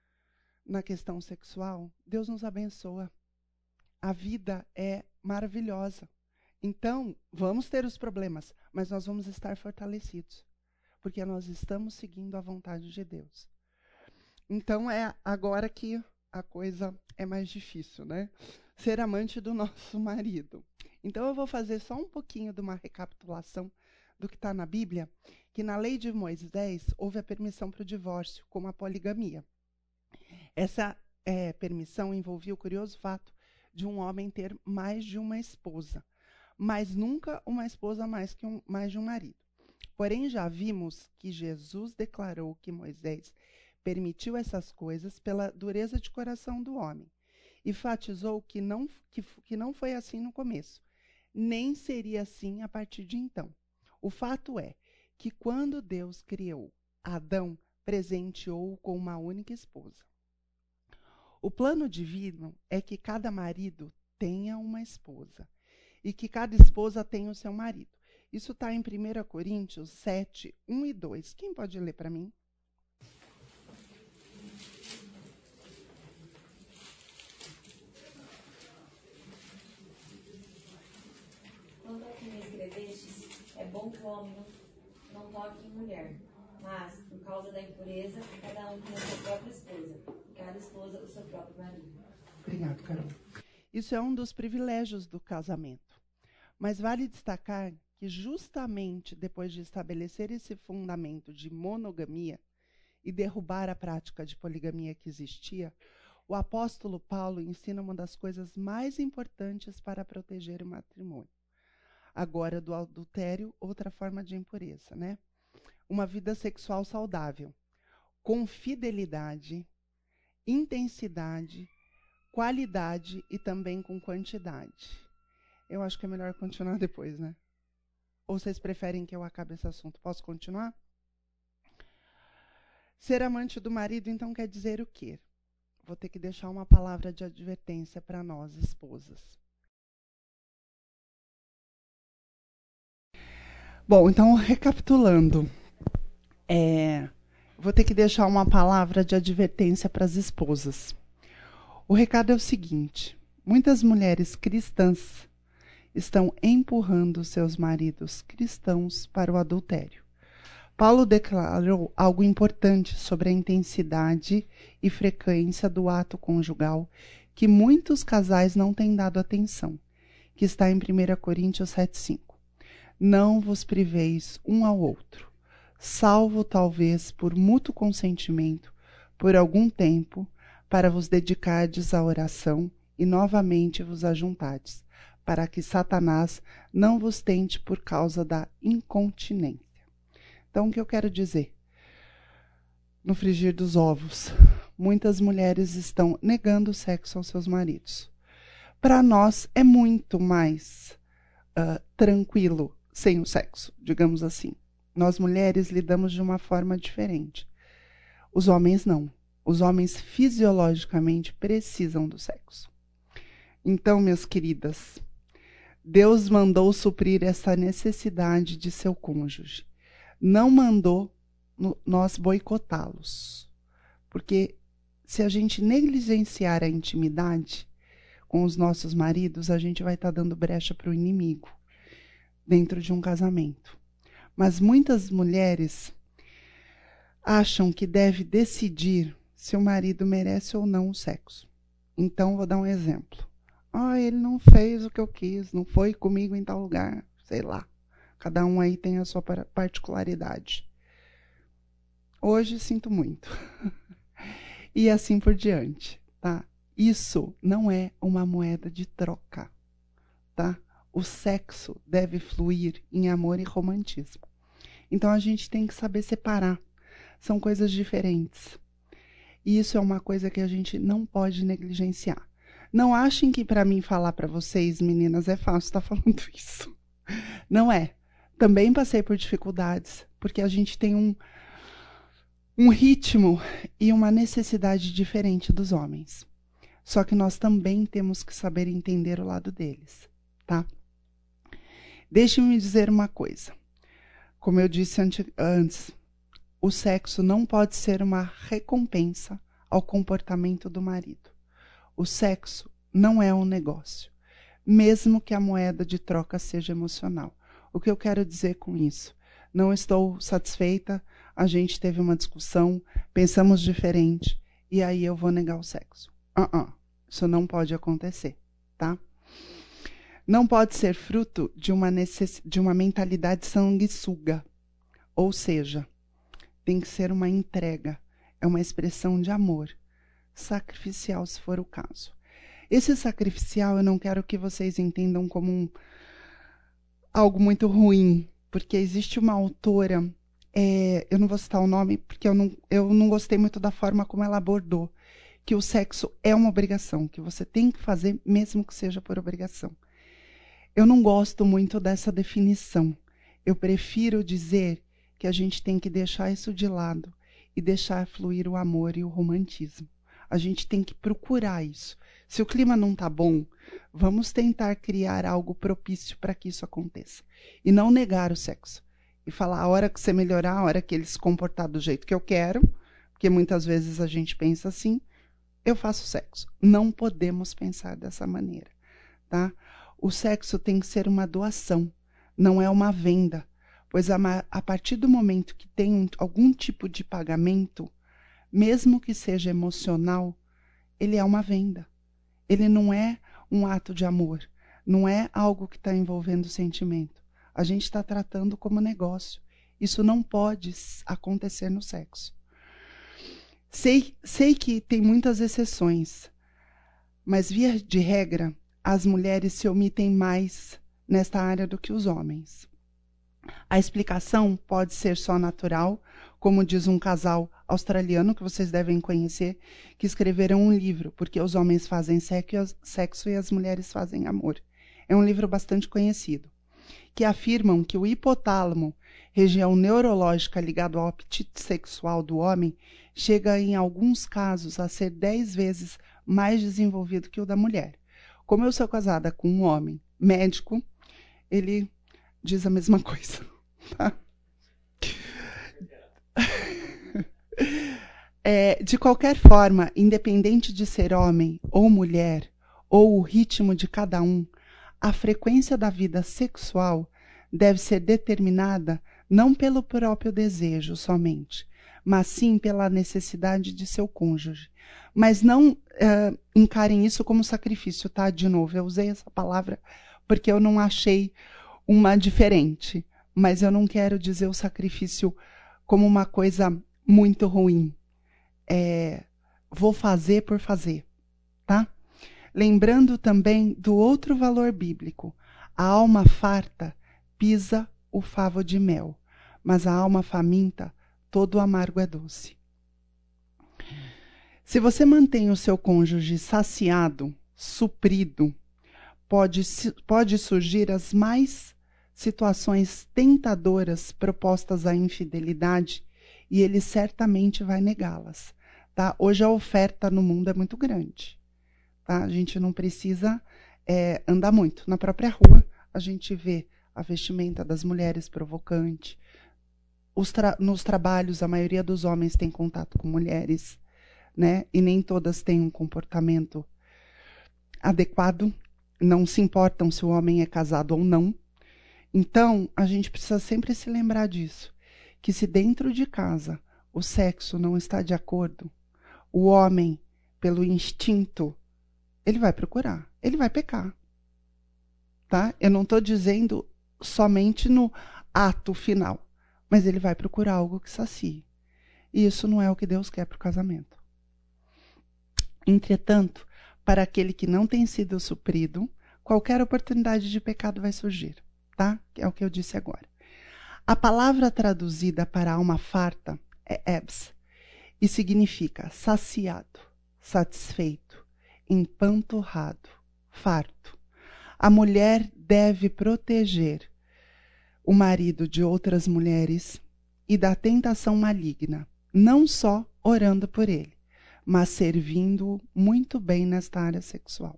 na questão sexual, Deus nos abençoa. A vida é maravilhosa. Então, vamos ter os problemas, mas nós vamos estar fortalecidos, porque nós estamos seguindo a vontade de Deus. Então, é agora que a coisa é mais difícil, né? Ser amante do nosso marido. Então, eu vou fazer só um pouquinho de uma recapitulação do que está na Bíblia, que na lei de Moisés houve a permissão para o divórcio, como a poligamia. Essa é, permissão envolvia o curioso fato de um homem ter mais de uma esposa, mas nunca uma esposa mais que um, mais de um marido. Porém, já vimos que Jesus declarou que Moisés permitiu essas coisas pela dureza de coração do homem. Enfatizou que não, que, que não foi assim no começo, nem seria assim a partir de então. O fato é que quando Deus criou Adão, presenteou-o com uma única esposa. O plano divino é que cada marido tenha uma esposa e que cada esposa tenha o seu marido. Isso está em primeira Coríntios sete, um e dois. Quem pode ler para mim? Quanto ao que me escrevestes, é bom que o homem não, não toque em mulher, mas, por causa da impureza, cada um tem a sua própria esposa, e cada esposa o seu próprio marido. Obrigado, Carol. Isso é um dos privilégios do casamento. Mas vale destacar que justamente depois de estabelecer esse fundamento de monogamia e derrubar a prática de poligamia que existia, o apóstolo Paulo ensina uma das coisas mais importantes para proteger o matrimônio. Agora, do adultério, outra forma de impureza, né? Uma vida sexual saudável, com fidelidade, intensidade, qualidade e também com quantidade. Eu acho que é melhor continuar depois, né? Ou vocês preferem que eu acabe esse assunto? Posso continuar? Ser amante do marido, então, quer dizer o quê? Vou ter que deixar uma palavra de advertência para nós, esposas. Bom, então, recapitulando, é, vou ter que deixar uma palavra de advertência para as esposas. O recado é o seguinte: muitas mulheres cristãs estão empurrando seus maridos cristãos para o adultério. Paulo declarou algo importante sobre a intensidade e frequência do ato conjugal que muitos casais não têm dado atenção, que está em primeira Coríntios sete, cinco. Não vos priveis um ao outro, salvo talvez por mútuo consentimento, por algum tempo, para vos dedicardes à oração e novamente vos ajuntardes, para que Satanás não vos tente por causa da incontinência. Então, o que eu quero dizer? No frigir dos ovos, muitas mulheres estão negando o sexo aos seus maridos. Para nós é muito mais uh, tranquilo sem o sexo, digamos assim. Nós mulheres lidamos de uma forma diferente. Os homens não. Os homens fisiologicamente precisam do sexo. Então, minhas queridas, Deus mandou suprir essa necessidade de seu cônjuge. Não mandou no, nós boicotá-los. Porque se a gente negligenciar a intimidade com os nossos maridos, a gente vai estar dando brecha para o inimigo dentro de um casamento. Mas muitas mulheres acham que deve decidir se o marido merece ou não o sexo. Então, vou dar um exemplo. Ah, ele não fez o que eu quis, não foi comigo em tal lugar, sei lá. Cada um aí tem a sua particularidade. Hoje sinto muito. E assim por diante, tá? Isso não é uma moeda de troca, tá? O sexo deve fluir em amor e romantismo. Então a gente tem que saber separar. São coisas diferentes. E isso é uma coisa que a gente não pode negligenciar. Não achem que para mim falar para vocês, meninas, é fácil estar falando isso. Não é. Também passei por dificuldades, porque a gente tem um, um ritmo e uma necessidade diferente dos homens. Só que nós também temos que saber entender o lado deles, tá? Deixe-me dizer uma coisa. Como eu disse antes, o sexo não pode ser uma recompensa ao comportamento do marido. O sexo não é um negócio, mesmo que a moeda de troca seja emocional. O que eu quero dizer com isso? Não estou satisfeita, a gente teve uma discussão, pensamos diferente, e aí eu vou negar o sexo. Uh-uh, isso não pode acontecer, tá? Não pode ser fruto de uma, necess... de uma mentalidade sanguessuga, ou seja, tem que ser uma entrega, é uma expressão de amor, sacrificial se for o caso. Esse sacrificial eu não quero que vocês entendam como um, algo muito ruim, porque existe uma autora, é, eu não vou citar o nome, porque eu não, eu não gostei muito da forma como ela abordou, que o sexo é uma obrigação, que você tem que fazer mesmo que seja por obrigação. Eu não gosto muito dessa definição. Eu prefiro dizer que a gente tem que deixar isso de lado e deixar fluir o amor e o romantismo. A gente tem que procurar isso. Se o clima não está bom, vamos tentar criar algo propício para que isso aconteça. E não negar o sexo. E falar, a hora que você melhorar, a hora que ele se comportar do jeito que eu quero, porque muitas vezes a gente pensa assim, eu faço sexo. Não podemos pensar dessa maneira, tá? O sexo tem que ser uma doação, não é uma venda. Pois a, a partir do momento que tem um, algum tipo de pagamento, mesmo que seja emocional, ele é uma venda. Ele não é um ato de amor, não é algo que está envolvendo sentimento. A gente está tratando como negócio. Isso não pode acontecer no sexo. Sei, sei que tem muitas exceções, mas via de regra, as mulheres se omitem mais nesta área do que os homens. A explicação pode ser só natural, como diz um casal australiano que vocês devem conhecer, que escreveram um livro, Porque os Homens Fazem Sexo e as Mulheres Fazem Amor. É um livro bastante conhecido, que afirmam que o hipotálamo, região neurológica ligada ao apetite sexual do homem, chega em alguns casos a ser dez vezes mais desenvolvido que o da mulher. Como eu sou casada com um homem médico, ele diz a mesma coisa. Tá? É, de qualquer forma, independente de ser homem ou mulher, ou o ritmo de cada um, a frequência da vida sexual deve ser determinada não pelo próprio desejo somente, mas sim pela necessidade de seu cônjuge. Mas não uh, encarem isso como sacrifício, tá? De novo, eu usei essa palavra porque eu não achei uma diferente, mas eu não quero dizer o sacrifício como uma coisa muito ruim. É, vou fazer por fazer, tá? lembrando também do outro valor bíblico. A alma farta pisa o favo de mel, mas a alma faminta, todo o amargo é doce. Se você mantém o seu cônjuge saciado, suprido, pode, pode surgir as mais situações tentadoras propostas à infidelidade e ele certamente vai negá-las. Tá? Hoje a oferta no mundo é muito grande. Tá? A gente não precisa é, andar muito. Na própria rua, a gente vê a vestimenta das mulheres provocante. Os tra- nos trabalhos, a maioria dos homens tem contato com mulheres, né? E nem todas têm um comportamento adequado. Não se importam se o homem é casado ou não. Então, a gente precisa sempre se lembrar disso. Que se dentro de casa o sexo não está de acordo, o homem, pelo instinto, ele vai procurar, ele vai pecar. Tá? Eu não estou dizendo somente no ato final, mas ele vai procurar algo que sacie. E isso não é o que Deus quer para o casamento. Entretanto, para aquele que não tem sido suprido, qualquer oportunidade de pecado vai surgir. Tá? Que é o que eu disse agora. A palavra traduzida para alma farta é ebs e significa saciado, satisfeito, empanturrado, farto. A mulher deve proteger o marido de outras mulheres e da tentação maligna, não só orando por ele, mas servindo-o muito bem nesta área sexual.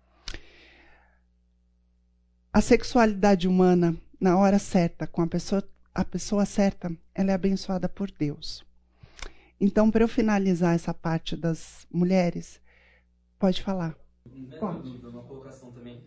A sexualidade humana, na hora certa, com a pessoa, a pessoa certa, ela é abençoada por Deus. Então, para eu finalizar essa parte das mulheres, pode falar. Pode. Dúvida, uma colocação também.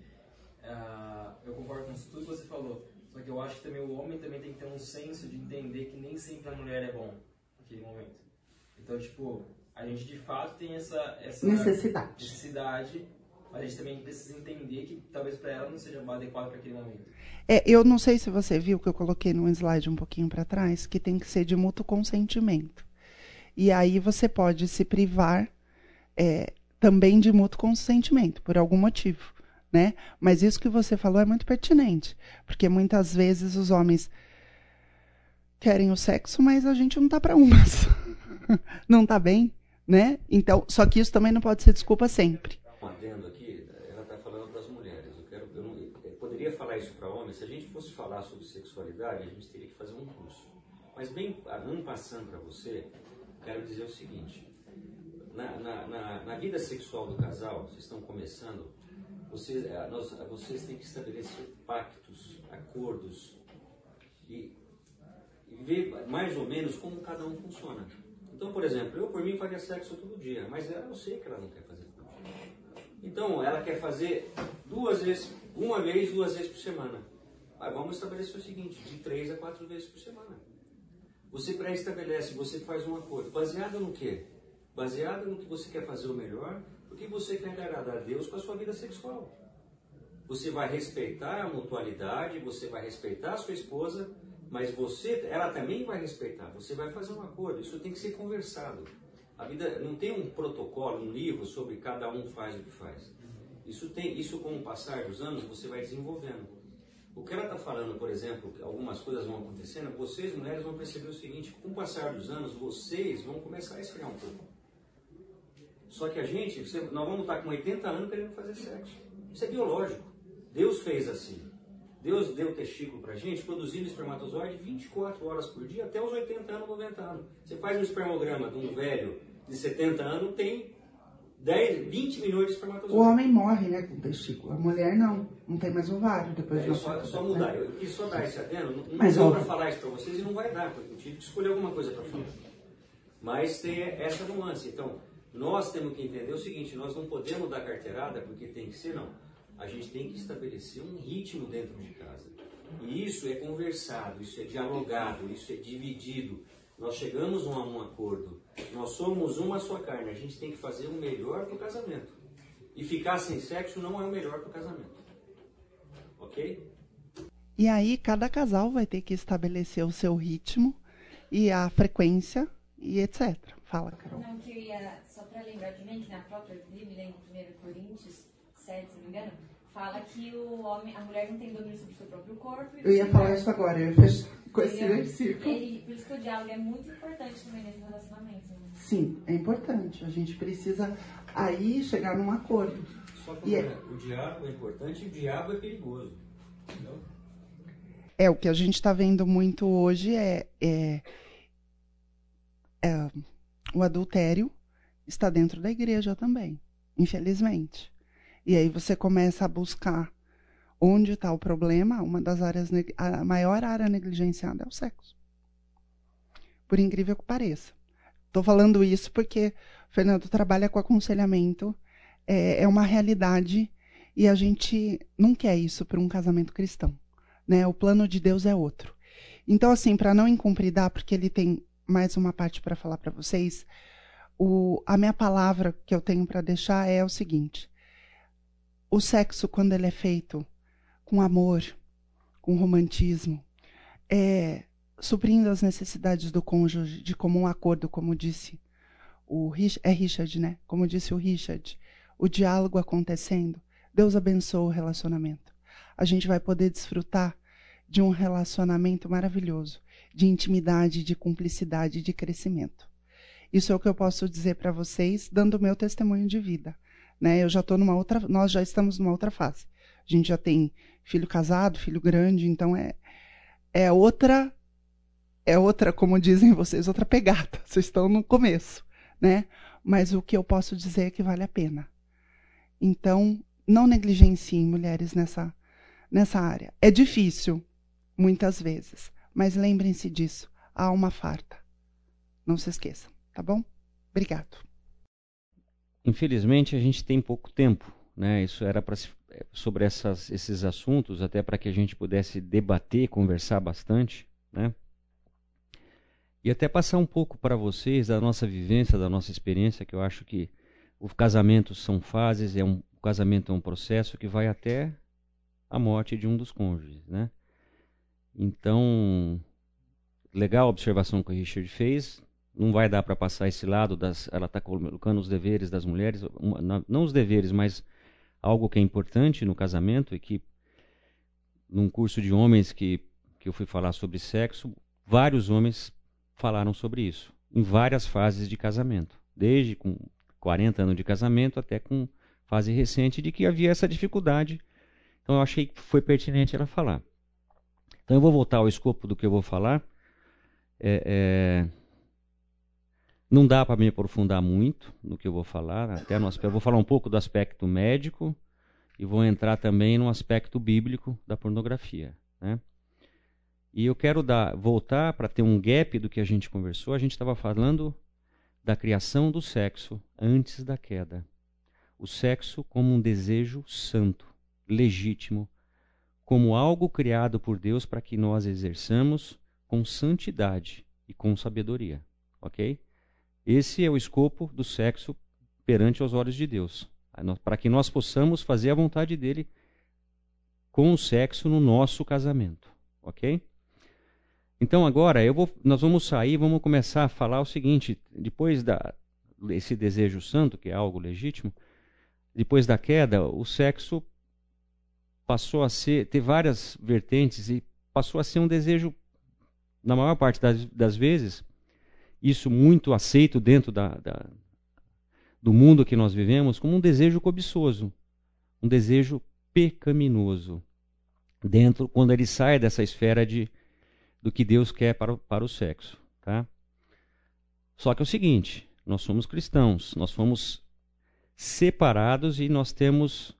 Uh, eu concordo com tudo que você falou, só que eu acho que também o homem também tem que ter um senso de entender que nem sempre a mulher é bom naquele momento. Então, tipo, a gente de fato tem essa, essa necessidade. necessidade, mas a gente também precisa entender que talvez para ela não seja adequado para aquele momento. É, eu não sei se você viu que eu coloquei num slide um pouquinho para trás, que tem que ser de mútuo consentimento. E aí você pode se privar é, também de mútuo consentimento, por algum motivo. Né? Mas isso que você falou é muito pertinente, porque muitas vezes os homens querem o sexo, mas a gente não está para umas. Não está bem, né? Então, só que isso também não pode ser desculpa sempre. Um adendo aqui, ela está falando das mulheres. Eu, quero, eu, não, eu poderia falar isso para homens. Se a gente fosse falar sobre sexualidade, a gente teria que fazer um curso. Mas bem, não passando para você, quero dizer o seguinte: na, na, na, na vida sexual do casal, vocês estão começando. Vocês, nós, vocês têm que estabelecer pactos, acordos e, e ver mais ou menos como cada um funciona. Então, por exemplo, eu por mim faria sexo todo dia, mas ela, eu sei que ela não quer fazer todo dia. Então, ela quer fazer duas vezes, uma vez, duas vezes por semana. Mas vamos estabelecer o seguinte, de três a quatro vezes por semana. Você pré-estabelece, você faz um acordo. Baseado no quê? Baseado no que você quer fazer o melhor, porque você quer agradar a Deus com a sua vida sexual. Você vai respeitar a mutualidade, você vai respeitar a sua esposa, mas você, ela também vai respeitar. Você vai fazer um acordo, isso tem que ser conversado. A vida não tem um protocolo, um livro sobre cada um faz o que faz. Isso, tem, isso com o passar dos anos, você vai desenvolvendo. O que ela está falando, por exemplo, que algumas coisas vão acontecendo, vocês, mulheres, vão perceber o seguinte: com o passar dos anos, vocês vão começar a esfriar um pouco. Só que a gente, nós vamos estar com oitenta anos querendo fazer sexo. Isso é biológico. Deus fez assim. Deus deu testículo pra gente, produzindo espermatozoide vinte e quatro horas por dia, até os oitenta anos, noventa anos. Você faz um espermograma de um velho de setenta anos, tem dez, vinte milhões de espermatozoides. O homem morre, né, com testículo. A mulher não. Não tem mais ovário depois é, de eu só, só mudar. Eu quis só dar esse adendo. Não, não deu para falar isso para vocês e não vai dar, porque eu tive que escolher alguma coisa para falar. Mas tem essa nuance. Então, nós temos que entender o seguinte: nós não podemos dar carteirada porque tem que ser, não. A gente tem que estabelecer um ritmo dentro de casa. E isso é conversado, isso é dialogado, isso é dividido. Nós chegamos a um acordo. Nós somos uma só carne. A gente tem que fazer o melhor para o casamento. E ficar sem sexo não é o melhor para o casamento. Ok? E aí, cada casal vai ter que estabelecer o seu ritmo e a frequência e etcétera. Fala, Carol. Não, que eu ia, só para lembrar também que na própria Bíblia, em primeira Coríntios, sete, se não me engano, fala que o homem, a mulher não tem domínio sobre o seu próprio corpo. E eu ia falar isso agora, eu ia fechar com esse versículo. Ele, por isso que o diálogo é muito importante também nesse relacionamento. Né? Sim, é importante. A gente precisa aí chegar num acordo. Só que é... o diálogo é importante e o diabo é perigoso. Entendeu? É, o que a gente está vendo muito hoje é, é, é o adultério está dentro da igreja também, infelizmente. E aí você começa a buscar onde está o problema. Uma das áreas, a maior área negligenciada é o sexo. Por incrível que pareça. Estou falando isso porque o Fernando trabalha com aconselhamento, é, é uma realidade e a gente não quer isso para um casamento cristão. Né? O plano de Deus é outro. Então, assim, para não incumpridar, porque ele tem mais uma parte para falar para vocês, o, a minha palavra que eu tenho para deixar é o seguinte: o sexo, quando ele é feito com amor, com romantismo, é, suprindo as necessidades do cônjuge de comum acordo, como disse o é Richard, né? Como disse o Richard, o diálogo acontecendo, Deus abençoa o relacionamento. A gente vai poder desfrutar de um relacionamento maravilhoso, de intimidade, de cumplicidade, de crescimento. Isso é o que eu posso dizer para vocês, dando o meu testemunho de vida. Né? Eu já tô numa outra, nós já estamos numa outra fase. A gente já tem filho casado, filho grande, então é, é outra, é outra, como dizem vocês, outra pegada. Vocês estão no começo, né? Mas o que eu posso dizer é que vale a pena. Então, não negligenciem mulheres nessa, nessa área. É difícil, muitas vezes, mas lembrem-se disso. Há alma farta. Não se esqueçam, tá bom? Obrigado. Infelizmente, a gente tem pouco tempo, né? Isso era para sobre essas, esses assuntos, até para que a gente pudesse debater, conversar bastante, né? E até passar um pouco para vocês da nossa vivência, da nossa experiência, que eu acho que o casamento são fases, é um, o casamento é um processo que vai até a morte de um dos cônjuges, né? Então, legal a observação que o Richard fez. Não vai dar para passar esse lado, das, ela está colocando os deveres das mulheres, uma, não os deveres, mas algo que é importante no casamento, e que num curso de homens que, que eu fui falar sobre sexo, vários homens falaram sobre isso, em várias fases de casamento, desde com quarenta anos de casamento até com fase recente, de que havia essa dificuldade. Então eu achei que foi pertinente ela falar. Então eu vou voltar ao escopo do que eu vou falar. É... é... Não dá para me aprofundar muito no que eu vou falar, até no aspecto, eu vou falar um pouco do aspecto médico e vou entrar também no aspecto bíblico da pornografia, né? E eu quero dar, voltar para ter um gap do que a gente conversou. A gente estava falando da criação do sexo antes da queda. O sexo como um desejo santo, legítimo, como algo criado por Deus para que nós exerçamos com santidade e com sabedoria, ok? Esse é o escopo do sexo perante os olhos de Deus, para que nós possamos fazer a vontade dele com o sexo no nosso casamento, ok? Então agora eu vou, nós vamos sair, vamos começar a falar o seguinte: depois da esse desejo santo, que é algo legítimo, depois da queda, o sexo passou a ser, ter várias vertentes e passou a ser um desejo, na maior parte das, das vezes, isso muito aceito dentro da, da, do mundo que nós vivemos, como um desejo cobiçoso, um desejo pecaminoso, dentro, quando ele sai dessa esfera de, do que Deus quer para o, para o sexo. Tá? Só que é o seguinte, nós somos cristãos, nós fomos separados e nós temos,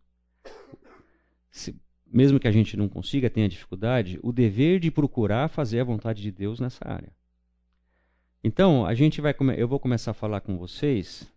se, mesmo que a gente não consiga, tenha dificuldade, o dever de procurar fazer a vontade de Deus nessa área. Então, a gente vai, eu vou começar a falar com vocês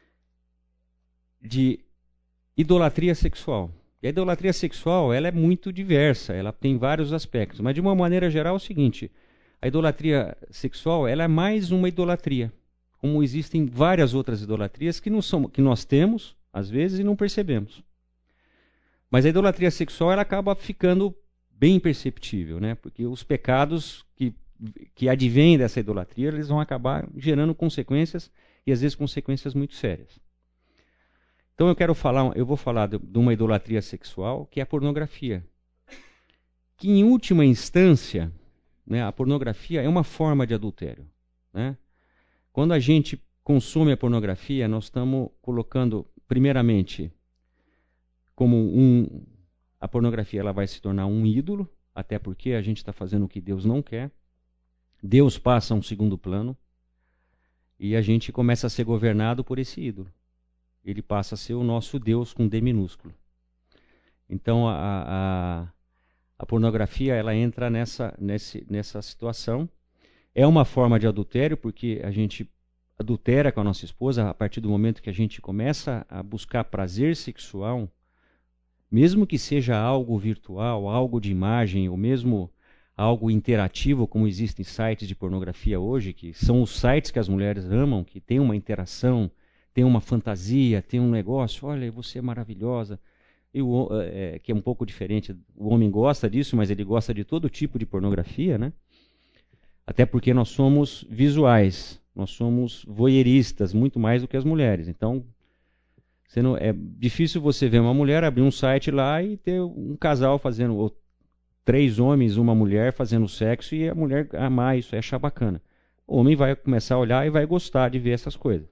de idolatria sexual. E a idolatria sexual, ela é muito diversa, ela tem vários aspectos, mas de uma maneira geral é o seguinte: a idolatria sexual, ela é mais uma idolatria, como existem várias outras idolatrias que, não são, que nós temos, às vezes, e não percebemos. Mas a idolatria sexual, ela acaba ficando bem perceptível, né? Porque os pecados que que advém dessa idolatria, eles vão acabar gerando consequências, e às vezes consequências muito sérias. Então eu quero falar, eu vou falar de, de uma idolatria sexual, que é a pornografia. Que em última instância, né, a pornografia é uma forma de adultério, né? Quando a gente consome a pornografia, nós estamos colocando, primeiramente, como um... A pornografia ela vai se tornar um ídolo, até porque a gente está fazendo o que Deus não quer. Deus passa a um segundo plano e a gente começa a ser governado por esse ídolo. Ele passa a ser o nosso Deus com D minúsculo. Então, a, a, a pornografia ela entra nessa, nesse, nessa situação. É uma forma de adultério, porque a gente adultera com a nossa esposa a partir do momento que a gente começa a buscar prazer sexual, mesmo que seja algo virtual, algo de imagem, ou mesmo algo interativo, como existem sites de pornografia hoje, que são os sites que as mulheres amam, que tem uma interação, tem uma fantasia, tem um negócio, olha, você é maravilhosa, e o, é, que é um pouco diferente. O homem gosta disso, mas ele gosta de todo tipo de pornografia, né? Até porque nós somos visuais, nós somos voyeuristas, muito mais do que as mulheres. Então, você não, é difícil você ver uma mulher abrir um site lá e ter um casal fazendo, ou três homens, uma mulher fazendo sexo e a mulher amar isso, achar bacana. O homem vai começar a olhar e vai gostar de ver essas coisas.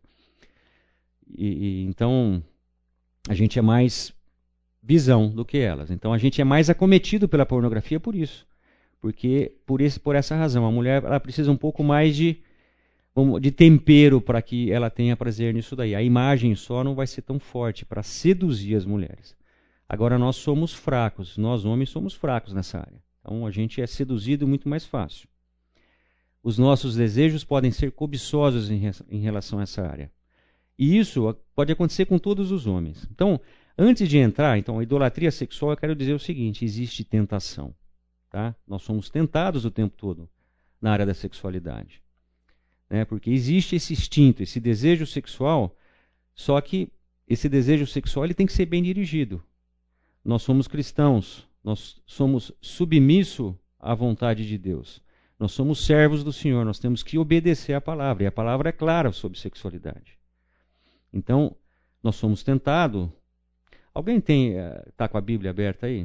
E, e, então, a gente é mais visão do que elas. Então, a gente é mais acometido pela pornografia por isso. Porque, por, esse, por essa razão, a mulher ela precisa um pouco mais de, de tempero para que ela tenha prazer nisso daí. A imagem só não vai ser tão forte para seduzir as mulheres. Agora, nós somos fracos, nós homens somos fracos nessa área. Então, a gente é seduzido muito mais fácil. Os nossos desejos podem ser cobiçosos em, em relação a essa área. E isso pode acontecer com todos os homens. Então, antes de entrar, então, a idolatria sexual, eu quero dizer o seguinte, existe tentação. Tá? Nós somos tentados o tempo todo na área da sexualidade. Né? Porque existe esse instinto, esse desejo sexual, só que esse desejo sexual ele tem que ser bem dirigido. Nós somos cristãos, nós somos submissos à vontade de Deus. Nós somos servos do Senhor, nós temos que obedecer à palavra. E a palavra é clara sobre sexualidade. Então, nós somos tentados. Alguém tem está com a Bíblia aberta aí?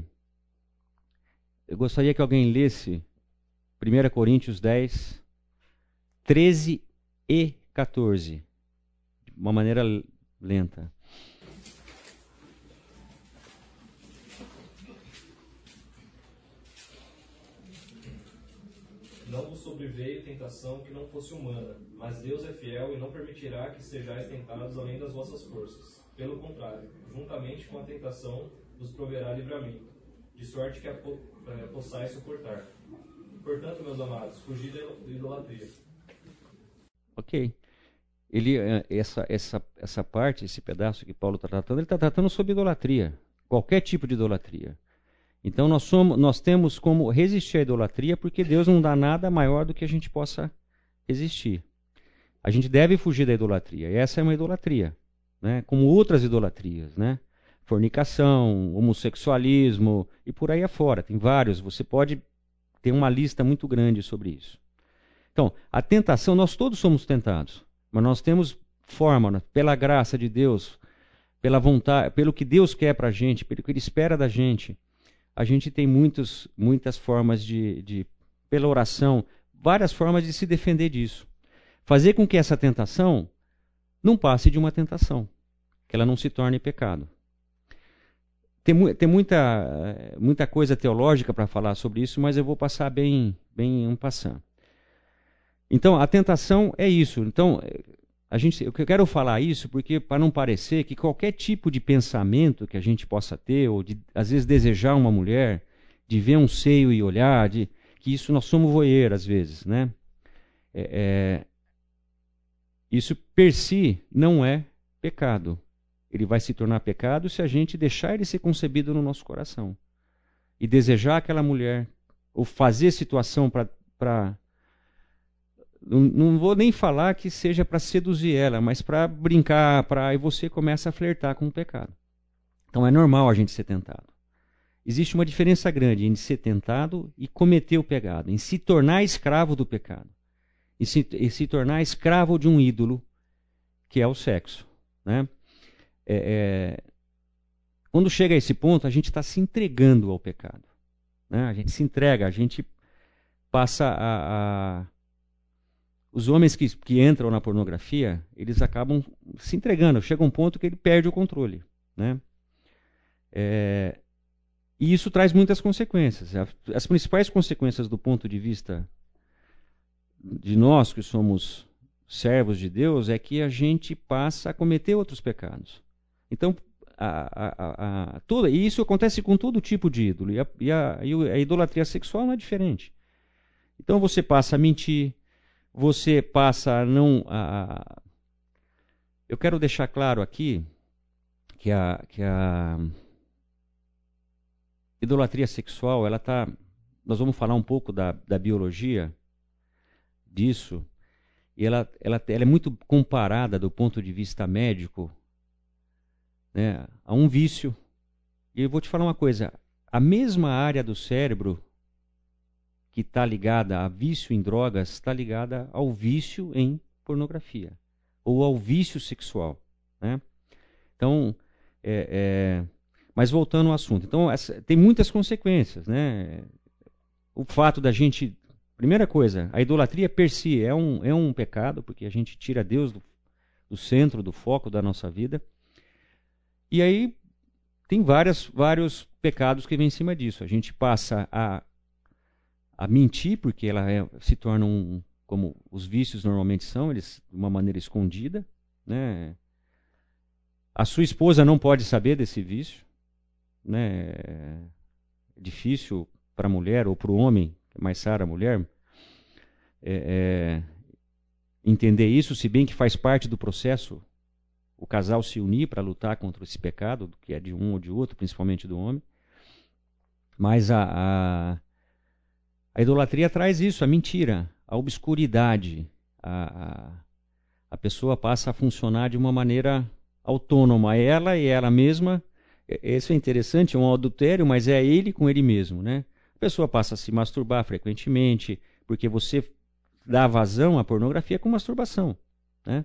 Eu gostaria que alguém lesse primeira Coríntios dez, treze e quatorze, de uma maneira lenta. Não vos sobreveio tentação que não fosse humana, mas Deus é fiel e não permitirá que sejais tentados além das vossas forças. Pelo contrário, juntamente com a tentação vos proverá livramento, de sorte que a po eh, possais suportar. Portanto, meus amados, fugir da idolatria. Ok. Ele, essa, essa, essa parte, esse pedaço que Paulo está tratando, ele está tratando sobre idolatria. Qualquer tipo de idolatria. Então nós, somos, nós temos como resistir à idolatria porque Deus não dá nada maior do que a gente possa resistir. A gente deve fugir da idolatria. E essa é uma idolatria. Né? Como outras idolatrias, né? Fornicação, homossexualismo e por aí afora. Tem vários. Você pode ter uma lista muito grande sobre isso. Então, a tentação, nós todos somos tentados. Mas nós temos forma, pela graça de Deus, pela vontade, pelo que Deus quer para a gente, pelo que Ele espera da gente. A gente tem muitos, muitas formas de, de, pela oração, várias formas de se defender disso. Fazer com que essa tentação não passe de uma tentação, que ela não se torne pecado. Tem, tem muita, muita coisa teológica para falar sobre isso, mas eu vou passar bem, bem um passando. Então, a tentação é isso. Então, a gente, eu quero falar isso porque para não parecer que qualquer tipo de pensamento que a gente possa ter, ou de, às vezes, desejar uma mulher, de ver um seio e olhar, de, que isso nós somos voyeur, às vezes, né? É, é, isso, per si, não é pecado. Ele vai se tornar pecado se a gente deixar ele ser concebido no nosso coração. E desejar aquela mulher, ou fazer situação para... Não, não vou nem falar que seja para seduzir ela, mas para brincar, para aí você começa a flertar com o pecado. Então é normal a gente ser tentado. Existe uma diferença grande em ser tentado e cometer o pecado, em se tornar escravo do pecado. E se, e se tornar escravo de um ídolo, que é o sexo. Né? é, é, quando chega a esse ponto, a gente está se entregando ao pecado. Né? A gente se entrega, a gente passa a... a os homens que, que entram na pornografia, eles acabam se entregando. Chega um ponto que ele perde o controle. Né? É, e isso traz muitas consequências. As principais consequências do ponto de vista de nós que somos servos de Deus é que a gente passa a cometer outros pecados. Então, a, a, a, toda, e isso acontece com todo tipo de ídolo. E a, e a, e a idolatria sexual não é diferente. Então você passa a mentir, você passa a não... A... Eu quero deixar claro aqui que a, que a idolatria sexual, ela tá, nós vamos falar um pouco da, da biologia disso, e ela, ela, ela é muito comparada do ponto de vista médico, né, a um vício. E eu vou te falar uma coisa, a mesma área do cérebro que está ligada a vício em drogas, está ligada ao vício em pornografia, ou ao vício sexual. Né? Então, é, é, mas voltando ao assunto, então essa, tem muitas consequências. Né? O fato da gente, primeira coisa, a idolatria per si é um, é um pecado, porque a gente tira Deus do, do centro, do foco da nossa vida. E aí tem várias, vários pecados que vêm em cima disso. A gente passa a a mentir, porque ela é, se torna um, como os vícios normalmente são, eles de uma maneira escondida. Né? A sua esposa não pode saber desse vício. Né? É difícil para a mulher ou para o homem, é mais raro a mulher, é, é, entender isso, se bem que faz parte do processo o casal se unir para lutar contra esse pecado, que é de um ou de outro, principalmente do homem. Mas a... a A idolatria traz isso, a mentira, a obscuridade. A, a, a pessoa passa a funcionar de uma maneira autônoma, ela e ela mesma. Isso é interessante, é um adultério, mas é ele com ele mesmo. Né? A pessoa passa a se masturbar frequentemente, porque você dá vazão à pornografia com masturbação. Né?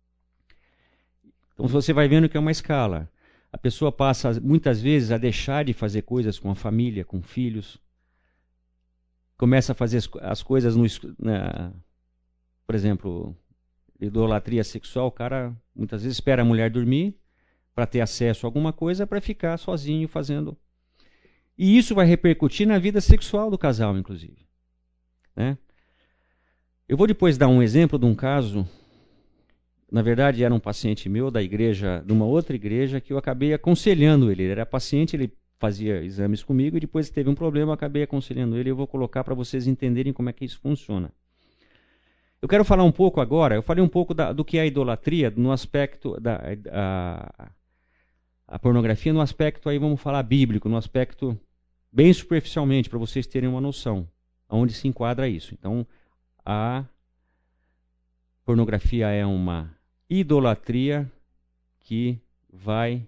Então você vai vendo que é uma escala. A pessoa passa muitas vezes a deixar de fazer coisas com a família, com filhos. Começa a fazer as, as coisas no, na, por exemplo, idolatria sexual, o cara muitas vezes espera a mulher dormir para ter acesso a alguma coisa para ficar sozinho fazendo. E isso vai repercutir na vida sexual do casal, inclusive. Né? Eu vou depois dar um exemplo de um caso, na verdade era um paciente meu da igreja, de uma outra igreja, que eu acabei aconselhando ele. Ele era paciente, ele fazia exames comigo e depois teve um problema, eu acabei aconselhando ele e eu vou colocar para vocês entenderem como é que isso funciona. Eu quero falar um pouco agora, eu falei um pouco da, do que é a idolatria no aspecto da a, a pornografia, no aspecto aí vamos falar bíblico, no aspecto bem superficialmente, para vocês terem uma noção aonde se enquadra isso. Então, a pornografia é uma idolatria que vai,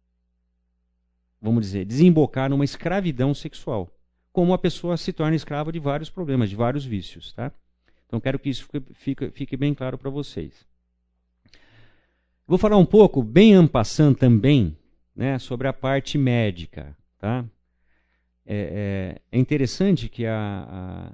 vamos dizer, desembocar numa escravidão sexual, como a pessoa se torna escrava de vários problemas, de vários vícios. Tá? Então, quero que isso fique, fique, fique bem claro para vocês. Vou falar um pouco, bem en passant também, né, sobre a parte médica. Tá? É, é, é interessante que a, a,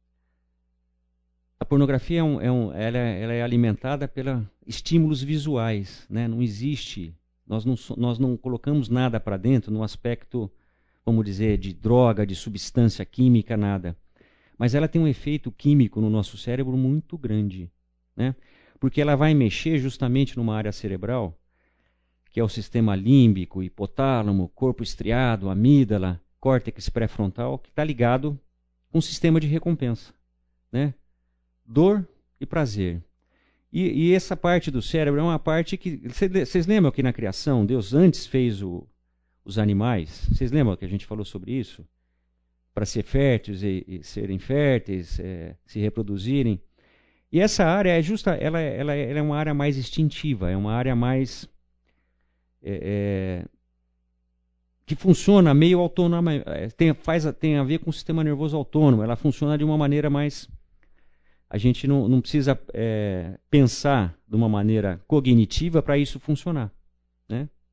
a pornografia é um, é um, ela, ela é alimentada pelos estímulos visuais. Né? Não existe... Nós não, nós não colocamos nada para dentro no aspecto, vamos dizer, de droga, de substância química, nada. Mas ela tem um efeito químico no nosso cérebro muito grande. Né? Porque ela vai mexer justamente numa área cerebral, que é o sistema límbico, hipotálamo, corpo estriado, amígdala, córtex pré-frontal, que está ligado com o sistema de recompensa. Né? Dor e prazer. E, e essa parte do cérebro é uma parte que... Vocês lembram que na criação Deus antes fez o, os animais? Vocês lembram que a gente falou sobre isso? Para ser férteis e, e serem férteis, é, se reproduzirem. E essa área é justa, ela, ela, ela é uma área mais instintiva, é uma área mais... É, é, que funciona meio autônoma, tem, faz, tem a ver com o sistema nervoso autônomo, ela funciona de uma maneira mais... A gente não, não precisa é, pensar de uma maneira cognitiva para isso funcionar. Né?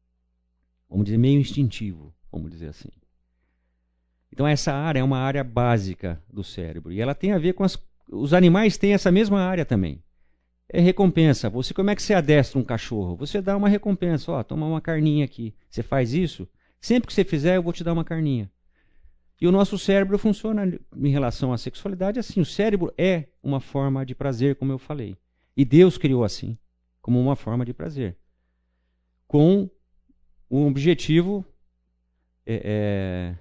vamos dizer, meio instintivo, vamos dizer assim. Então essa área é uma área básica do cérebro. E ela tem a ver com as... Os animais têm essa mesma área também. É recompensa. Você, como é que você adestra um cachorro? Você dá uma recompensa. Ó, toma uma carninha aqui. Você faz isso? Sempre que você fizer, eu vou te dar uma carninha. E o nosso cérebro funciona em relação à sexualidade assim. O cérebro é uma forma de prazer, como eu falei. E Deus criou assim, como uma forma de prazer. Com um objetivo é, é,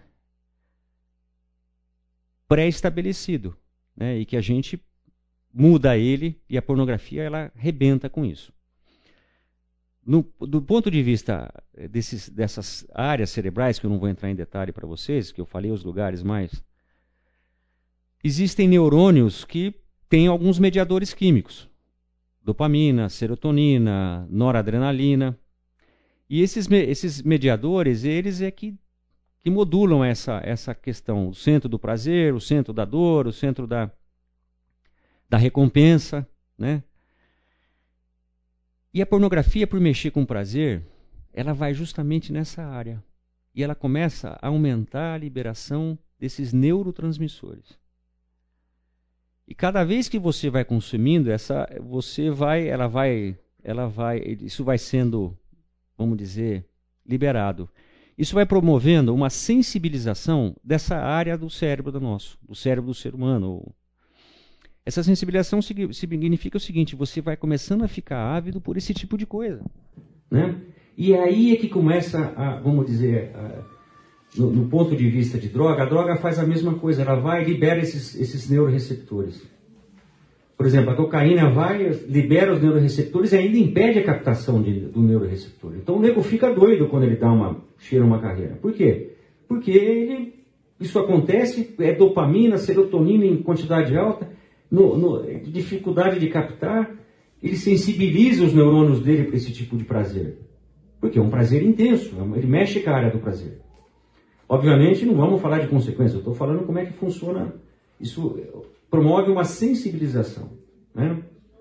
pré-estabelecido, né? E que a gente muda ele, e a pornografia ela arrebenta com isso. No, do ponto de vista desses, dessas áreas cerebrais, que eu não vou entrar em detalhe para vocês, que eu falei os lugares mais, existem neurônios que têm alguns mediadores químicos. Dopamina, serotonina, noradrenalina. E esses, esses mediadores, eles é que, que modulam essa, essa questão. O centro do prazer, o centro da dor, o centro da, da recompensa, né? E a pornografia, por mexer com prazer, ela vai justamente nessa área. E ela começa a aumentar a liberação desses neurotransmissores. E cada vez que você vai consumindo, essa, você vai, ela vai, ela vai, isso vai sendo, vamos dizer, liberado. Isso vai promovendo uma sensibilização dessa área do cérebro do nosso, do cérebro do ser humano. Essa sensibilização significa o seguinte: você vai começando a ficar ávido por esse tipo de coisa, né? E aí é que começa a, vamos dizer, a, no, no ponto de vista de droga, a droga faz a mesma coisa, ela vai e libera esses, esses neuroreceptores. Por exemplo, a cocaína vai, libera os neuroreceptores e ainda impede a captação de, do neuroreceptor. Então o nego fica doido quando ele dá uma, cheira uma carreira. Por quê? Porque ele, isso acontece, é dopamina, serotonina em quantidade alta, no, no, dificuldade de captar, ele sensibiliza os neurônios dele para esse tipo de prazer. Porque é um prazer intenso, ele mexe com a área do prazer. Obviamente não vamos falar de consequências, eu estou falando como é que funciona, isso promove uma sensibilização, né?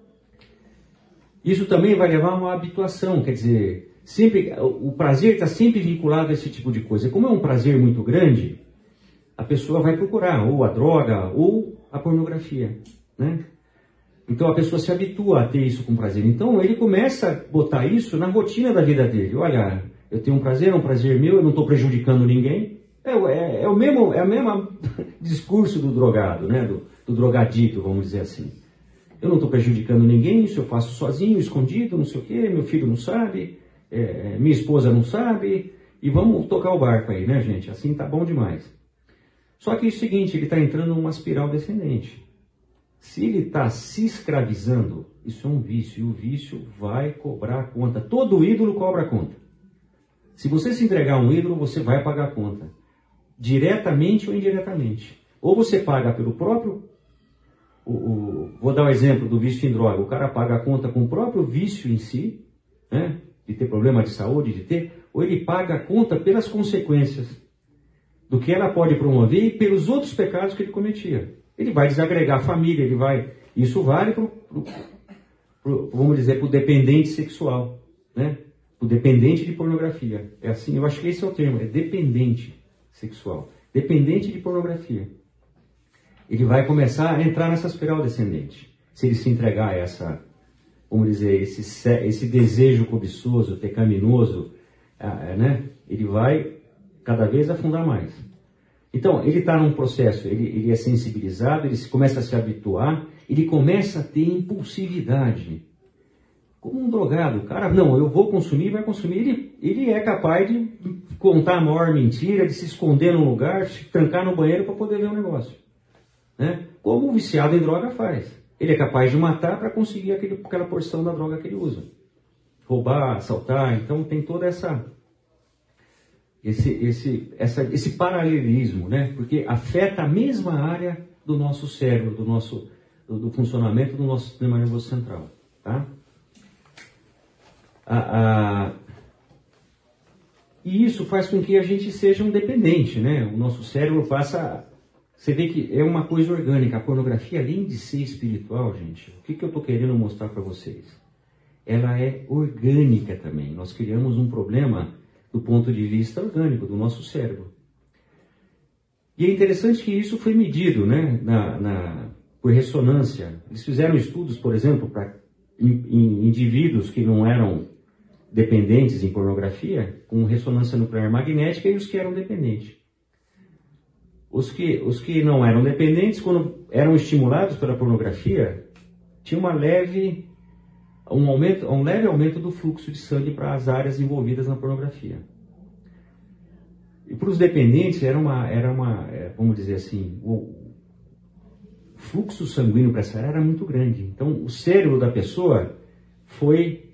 Isso também vai levar a uma habituação, quer dizer, sempre, o prazer está sempre vinculado a esse tipo de coisa. Como é um prazer muito grande, a pessoa vai procurar ou a droga ou a pornografia, né? Então a pessoa se habitua a ter isso com prazer. Então ele começa a botar isso na rotina da vida dele. Olha, eu tenho um prazer, é um prazer meu, eu não estou prejudicando ninguém. É, é, é o mesmo, é o mesmo discurso do drogado, né? do, do drogadito, vamos dizer assim. Eu não estou prejudicando ninguém, isso eu faço sozinho, escondido, não sei o quê, meu filho não sabe, é, minha esposa não sabe, e vamos tocar o barco aí, né, gente? Assim tá bom demais. Só que é o seguinte, ele está entrando numa espiral descendente. Se ele está se escravizando, isso é um vício, e o vício vai cobrar a conta. Todo ídolo cobra a conta. Se você se entregar a um ídolo, você vai pagar a conta. Diretamente ou indiretamente. Ou você paga pelo próprio... O, o, vou dar o um exemplo do vício em droga. O cara paga a conta com o próprio vício em si, né, de ter problema de saúde, de ter... Ou ele paga a conta pelas consequências do que ela pode promover e pelos outros pecados que ele cometia. Ele vai desagregar a família, ele vai... Isso vale para o, vamos dizer, para o dependente sexual, né? O dependente de pornografia. É assim, eu acho que esse é o termo, é dependente sexual. Dependente de pornografia. Ele vai começar a entrar nessa espiral descendente. Se ele se entregar a essa, vamos dizer, esse, esse desejo cobiçoso, pecaminoso, né? Ele vai cada vez afundar mais. Então, ele está num processo, ele, ele é sensibilizado, ele começa a se habituar, ele começa a ter impulsividade. Como um drogado, o cara, não, eu vou consumir, vai consumir. Ele, ele é capaz de contar a maior mentira, de se esconder num lugar, se trancar no banheiro para poder ver o negócio, né? Como o viciado em droga faz. Ele é capaz de matar para conseguir aquele, aquela porção da droga que ele usa. Roubar, assaltar, então tem toda essa... Esse, esse, essa, esse paralelismo, né? Porque afeta a mesma área do nosso cérebro, do, nosso, do, do funcionamento do nosso sistema nervoso central. Tá? A, a, e isso faz com que a gente seja um dependente, né? O nosso cérebro passa... Você vê que é uma coisa orgânica. A pornografia, além de ser espiritual, gente, o que, que eu estou querendo mostrar para vocês? Ela é orgânica também. Nós criamos um problema... do ponto de vista orgânico, do nosso cérebro. E é interessante que isso foi medido, né, na, na, por ressonância. Eles fizeram estudos, por exemplo, para indivíduos que não eram dependentes em pornografia, com ressonância nuclear magnética, e os que eram dependentes. Os que, os que não eram dependentes, quando eram estimulados pela pornografia, tinha uma leve, um, aumento, um leve aumento do fluxo de sangue para as áreas envolvidas na pornografia. E para os dependentes era uma, era uma, vamos dizer assim, o fluxo sanguíneo para essa área era muito grande. Então o cérebro da pessoa foi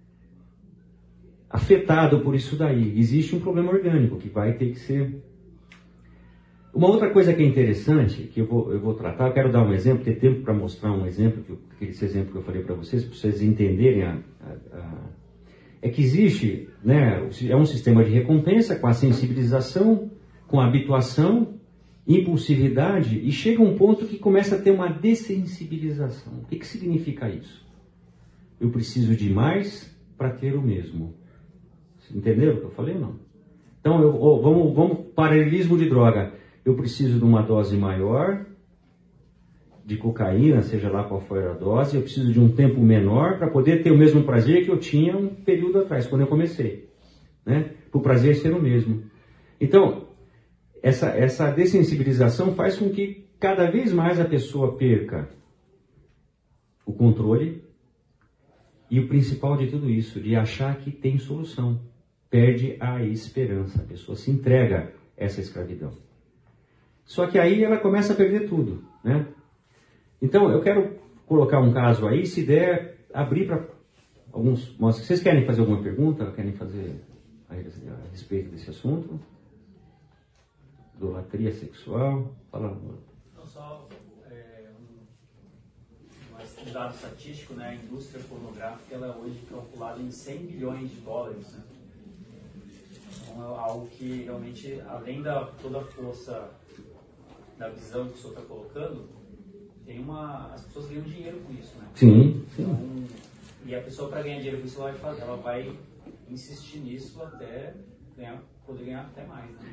afetado por isso daí. Existe um problema orgânico que vai ter que ser... Uma outra coisa que é interessante, que eu vou, eu vou tratar, eu quero dar um exemplo, ter tempo para mostrar um exemplo, que eu, aquele exemplo que eu falei para vocês, para vocês entenderem, a, a, a, é que existe, né, é um sistema de recompensa com a sensibilização, com a habituação, impulsividade, e chega um ponto que começa a ter uma dessensibilização. O que, que significa isso? Eu preciso de mais para ter o mesmo. Entenderam o que eu falei ou não? Então, eu, oh, vamos, vamos, paralelismo de droga. Eu preciso de uma dose maior de cocaína, seja lá qual for a dose, eu preciso de um tempo menor para poder ter o mesmo prazer que eu tinha um período atrás, quando eu comecei, né? Para o prazer ser o mesmo. Então, essa, essa dessensibilização faz com que cada vez mais a pessoa perca o controle e o principal de tudo isso, de achar que tem solução. Perde a esperança, a pessoa se entrega a essa escravidão. Só que aí ela começa a perder tudo, né? Então, eu quero colocar um caso aí, se der, abrir para alguns... Vocês querem fazer alguma pergunta? Querem fazer a, a respeito desse assunto? Idolatria sexual? Fala, amor. Não, só é, um, um dado estatístico, né? A indústria pornográfica, ela é hoje calculada em cem bilhões de dólares, né? Então, é algo que realmente, além da toda a força da visão que o senhor está colocando, tem uma, as pessoas ganham dinheiro com isso, né? Sim, sim. Então, e a pessoa, para ganhar dinheiro com isso, ela vai, fazer, ela vai insistir nisso até ganhar, poder ganhar até mais, né?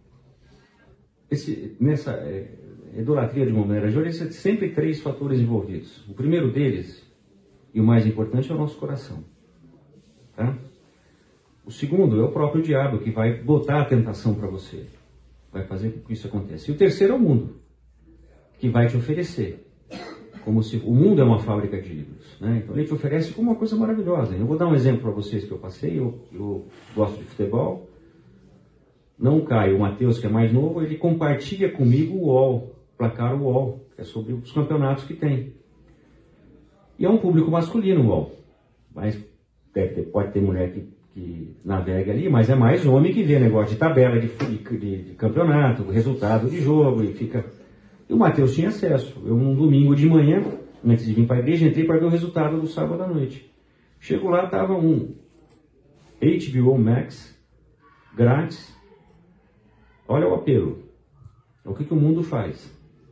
Esse, nessa é, idolatria, de uma maneira geral, existem sempre três fatores envolvidos. O primeiro deles, e o mais importante, é o nosso coração. Tá? O segundo é o próprio diabo, que vai botar a tentação para você. Vai fazer com que isso aconteça. E o terceiro é o mundo, que vai te oferecer. Como se o mundo é uma fábrica de ídolos, né? Então ele te oferece como uma coisa maravilhosa. Eu vou dar um exemplo para vocês que eu passei. Eu, eu gosto de futebol. Não o Caio, o Matheus, que é mais novo, ele compartilha comigo o U O L, placar U O L, que é sobre os campeonatos que tem. E é um público masculino o U O L. Mas deve ter, pode ter mulher que, que navega ali, mas é mais homem que vê negócio de tabela, de, de, de campeonato, resultado de jogo, e fica... E o Matheus tinha acesso. Eu, um domingo de manhã, antes de vir para a igreja, entrei para ver o resultado do sábado à noite. Chego lá, estava um H B O Max, grátis. Olha o apelo. O que, que o mundo faz?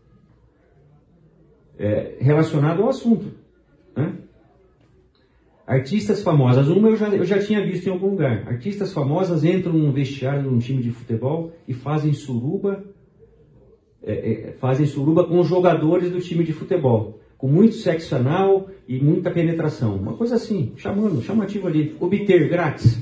É, relacionado ao assunto. Né? Artistas famosas. Uma eu já, eu já tinha visto em algum lugar. Artistas famosas entram num vestiário de um time de futebol e fazem suruba, é, é, fazem suruba com os jogadores do time de futebol. Com muito sexo anal e muita penetração. Uma coisa assim, chamando, chamativo ali. Obter grátis.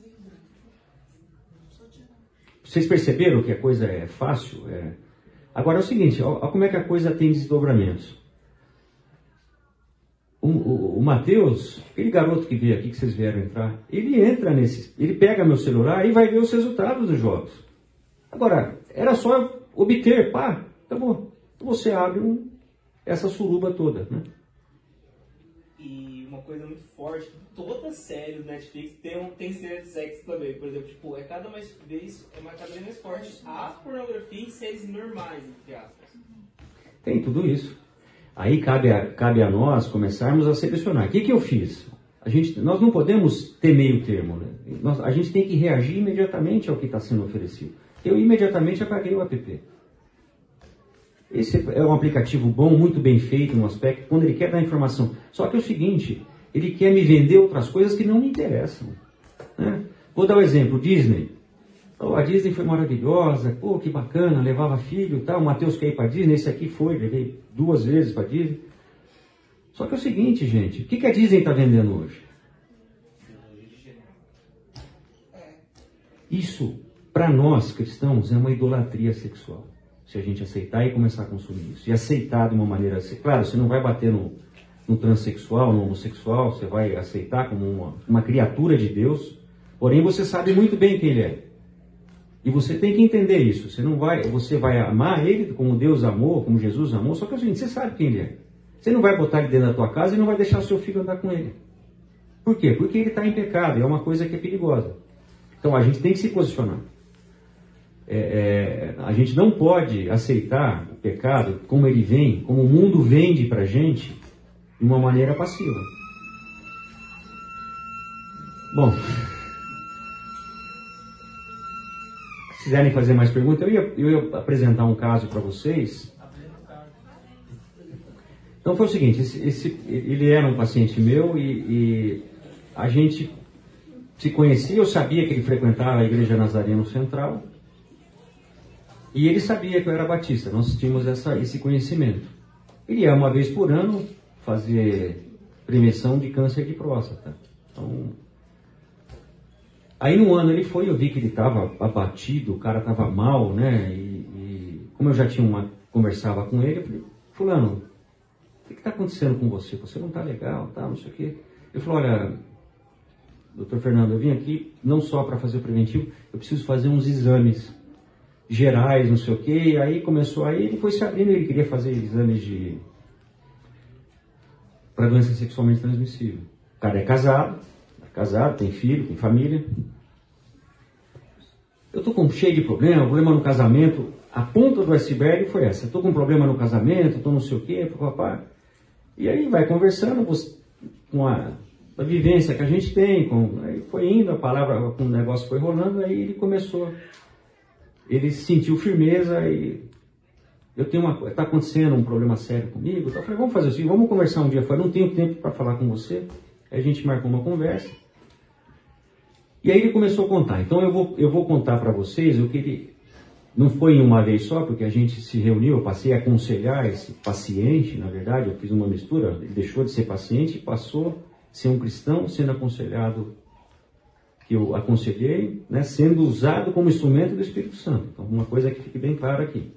Vocês perceberam que a coisa é fácil? É... Agora é o seguinte, olha como é que a coisa tem desdobramentos. O, o, o Matheus, aquele garoto que veio aqui, que vocês vieram entrar, ele entra nesse, ele pega meu celular e vai ver os resultados dos jogos. Agora, era só obter, pá, acabou. Você abre um, essa suruba toda, né? E uma coisa muito forte, toda série do Netflix tem, um, tem cena de sexo também. Por exemplo, tipo, é cada mais vez, é uma cada vez mais forte a pornografia em séries normais, entre aspas. Tem tudo isso. Aí cabe a, cabe a nós começarmos a selecionar. O que, que eu fiz? A gente, nós não podemos ter meio termo, né? Nós, a gente tem que reagir imediatamente ao que está sendo oferecido. Eu imediatamente apaguei o app. Esse é um aplicativo bom, muito bem feito no aspecto, quando ele quer dar informação. Só que é o seguinte, ele quer me vender outras coisas que não me interessam. Né? Vou dar um exemplo, Disney. Oh, a Disney foi maravilhosa, pô, que bacana, levava filho e tal. O Matheus quer ir para Disney, esse aqui foi, levei duas vezes para Disney. Só que é o seguinte, gente, o que, que a Disney está vendendo hoje? Isso, para nós cristãos, é uma idolatria sexual. Se a gente aceitar e começar a consumir isso. E aceitar de uma maneira... Claro, você não vai bater no, no transexual, no homossexual, você vai aceitar como uma, uma criatura de Deus, porém você sabe muito bem quem ele é. E você tem que entender isso. Você não vai, você vai amar ele como Deus amou, como Jesus amou, só que é o seguinte, você sabe quem ele é. Você não vai botar ele dentro da tua casa e não vai deixar o seu filho andar com ele. Por quê? Porque ele está em pecado, é uma coisa que é perigosa. Então a gente tem que se posicionar. É, é, a gente não pode aceitar o pecado como ele vem, como o mundo vende para a gente, de uma maneira passiva. Bom... Se quiserem fazer mais perguntas, eu ia, eu ia apresentar um caso para vocês. Então foi o seguinte, esse, esse, ele era um paciente meu e, e a gente se conhecia, eu sabia que ele frequentava a Igreja Nazareno Central e ele sabia que eu era batista, nós tínhamos essa, esse conhecimento. Ele ia uma vez por ano fazer prevenção de câncer de próstata. Então... Aí no ano ele foi, eu vi que ele estava abatido, o cara estava mal, né? E, e como eu já tinha uma, conversava com ele, eu falei, fulano, o que está acontecendo com você? Você não está legal, tá, não sei o quê. Ele falou, olha, doutor Fernando, eu vim aqui não só para fazer o preventivo, eu preciso fazer uns exames gerais, não sei o quê. E aí começou, aí ele foi se abrindo, ele queria fazer exames de para doença sexualmente transmissível. O cara é casado. Casado, tem filho, tem família. Eu estou com cheio de problema, problema no casamento. A ponta do iceberg foi essa. Estou com problema no casamento, estou não sei o quê, papá. E aí vai conversando com a, a vivência que a gente tem. Com, aí foi indo, a palavra, o negócio foi rolando, aí ele começou. Ele sentiu firmeza e eu tenho uma, está acontecendo um problema sério comigo. Então eu falei, vamos fazer assim, vamos conversar um dia. Eu falei, não tenho tempo para falar com você. Aí a gente marcou uma conversa. E aí ele começou a contar. Então eu vou, eu vou contar para vocês o que ele... Não foi em uma vez só, porque a gente se reuniu, eu passei a aconselhar esse paciente, na verdade, eu fiz uma mistura, ele deixou de ser paciente e passou a ser um cristão sendo aconselhado, que eu aconselhei, né, sendo usado como instrumento do Espírito Santo. Então uma coisa que fique bem clara aqui.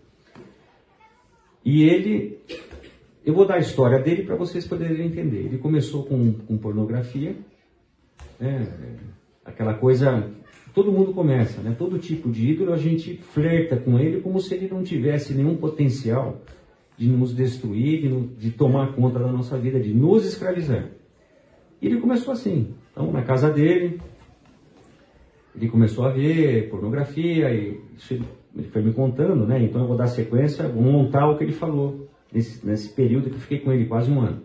E ele... Eu vou dar a história dele para vocês poderem entender. Ele começou com, com pornografia, né? Aquela coisa, todo mundo começa, né? Todo tipo de ídolo a gente flerta com ele como se ele não tivesse nenhum potencial de nos destruir, de, de tomar conta da nossa vida, de nos escravizar. E ele começou assim. Então, na casa dele, ele começou a ver pornografia, e isso ele, ele foi me contando, né? Então eu vou dar sequência, vou montar o que ele falou. Nesse, nesse período que eu fiquei com ele, quase um ano.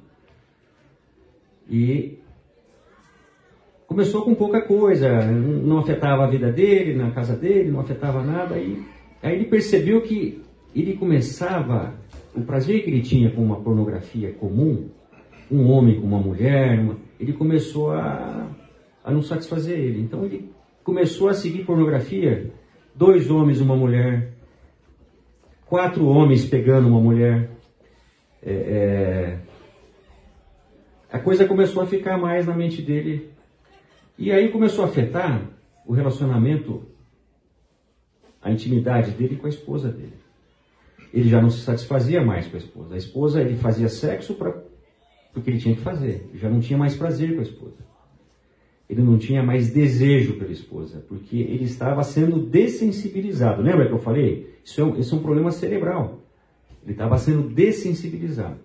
E começou com pouca coisa, não afetava a vida dele, na casa dele, não afetava nada. E aí ele percebeu que ele começava, o prazer que ele tinha com uma pornografia comum, um homem com uma mulher, uma, ele começou a, a não satisfazer ele. Então ele começou a seguir pornografia, dois homens, uma mulher, quatro homens pegando uma mulher. É, é, a coisa começou a ficar mais na mente dele e aí começou a afetar o relacionamento, a intimidade dele com a esposa dele. Ele já não se satisfazia mais com a esposa. A esposa, ele fazia sexo pra, porque ele tinha que fazer. Ele já não tinha mais prazer com a esposa. Ele não tinha mais desejo pela esposa, porque ele estava sendo dessensibilizado. Lembra que eu falei? Isso é um, isso é um problema cerebral. Ele estava sendo dessensibilizado.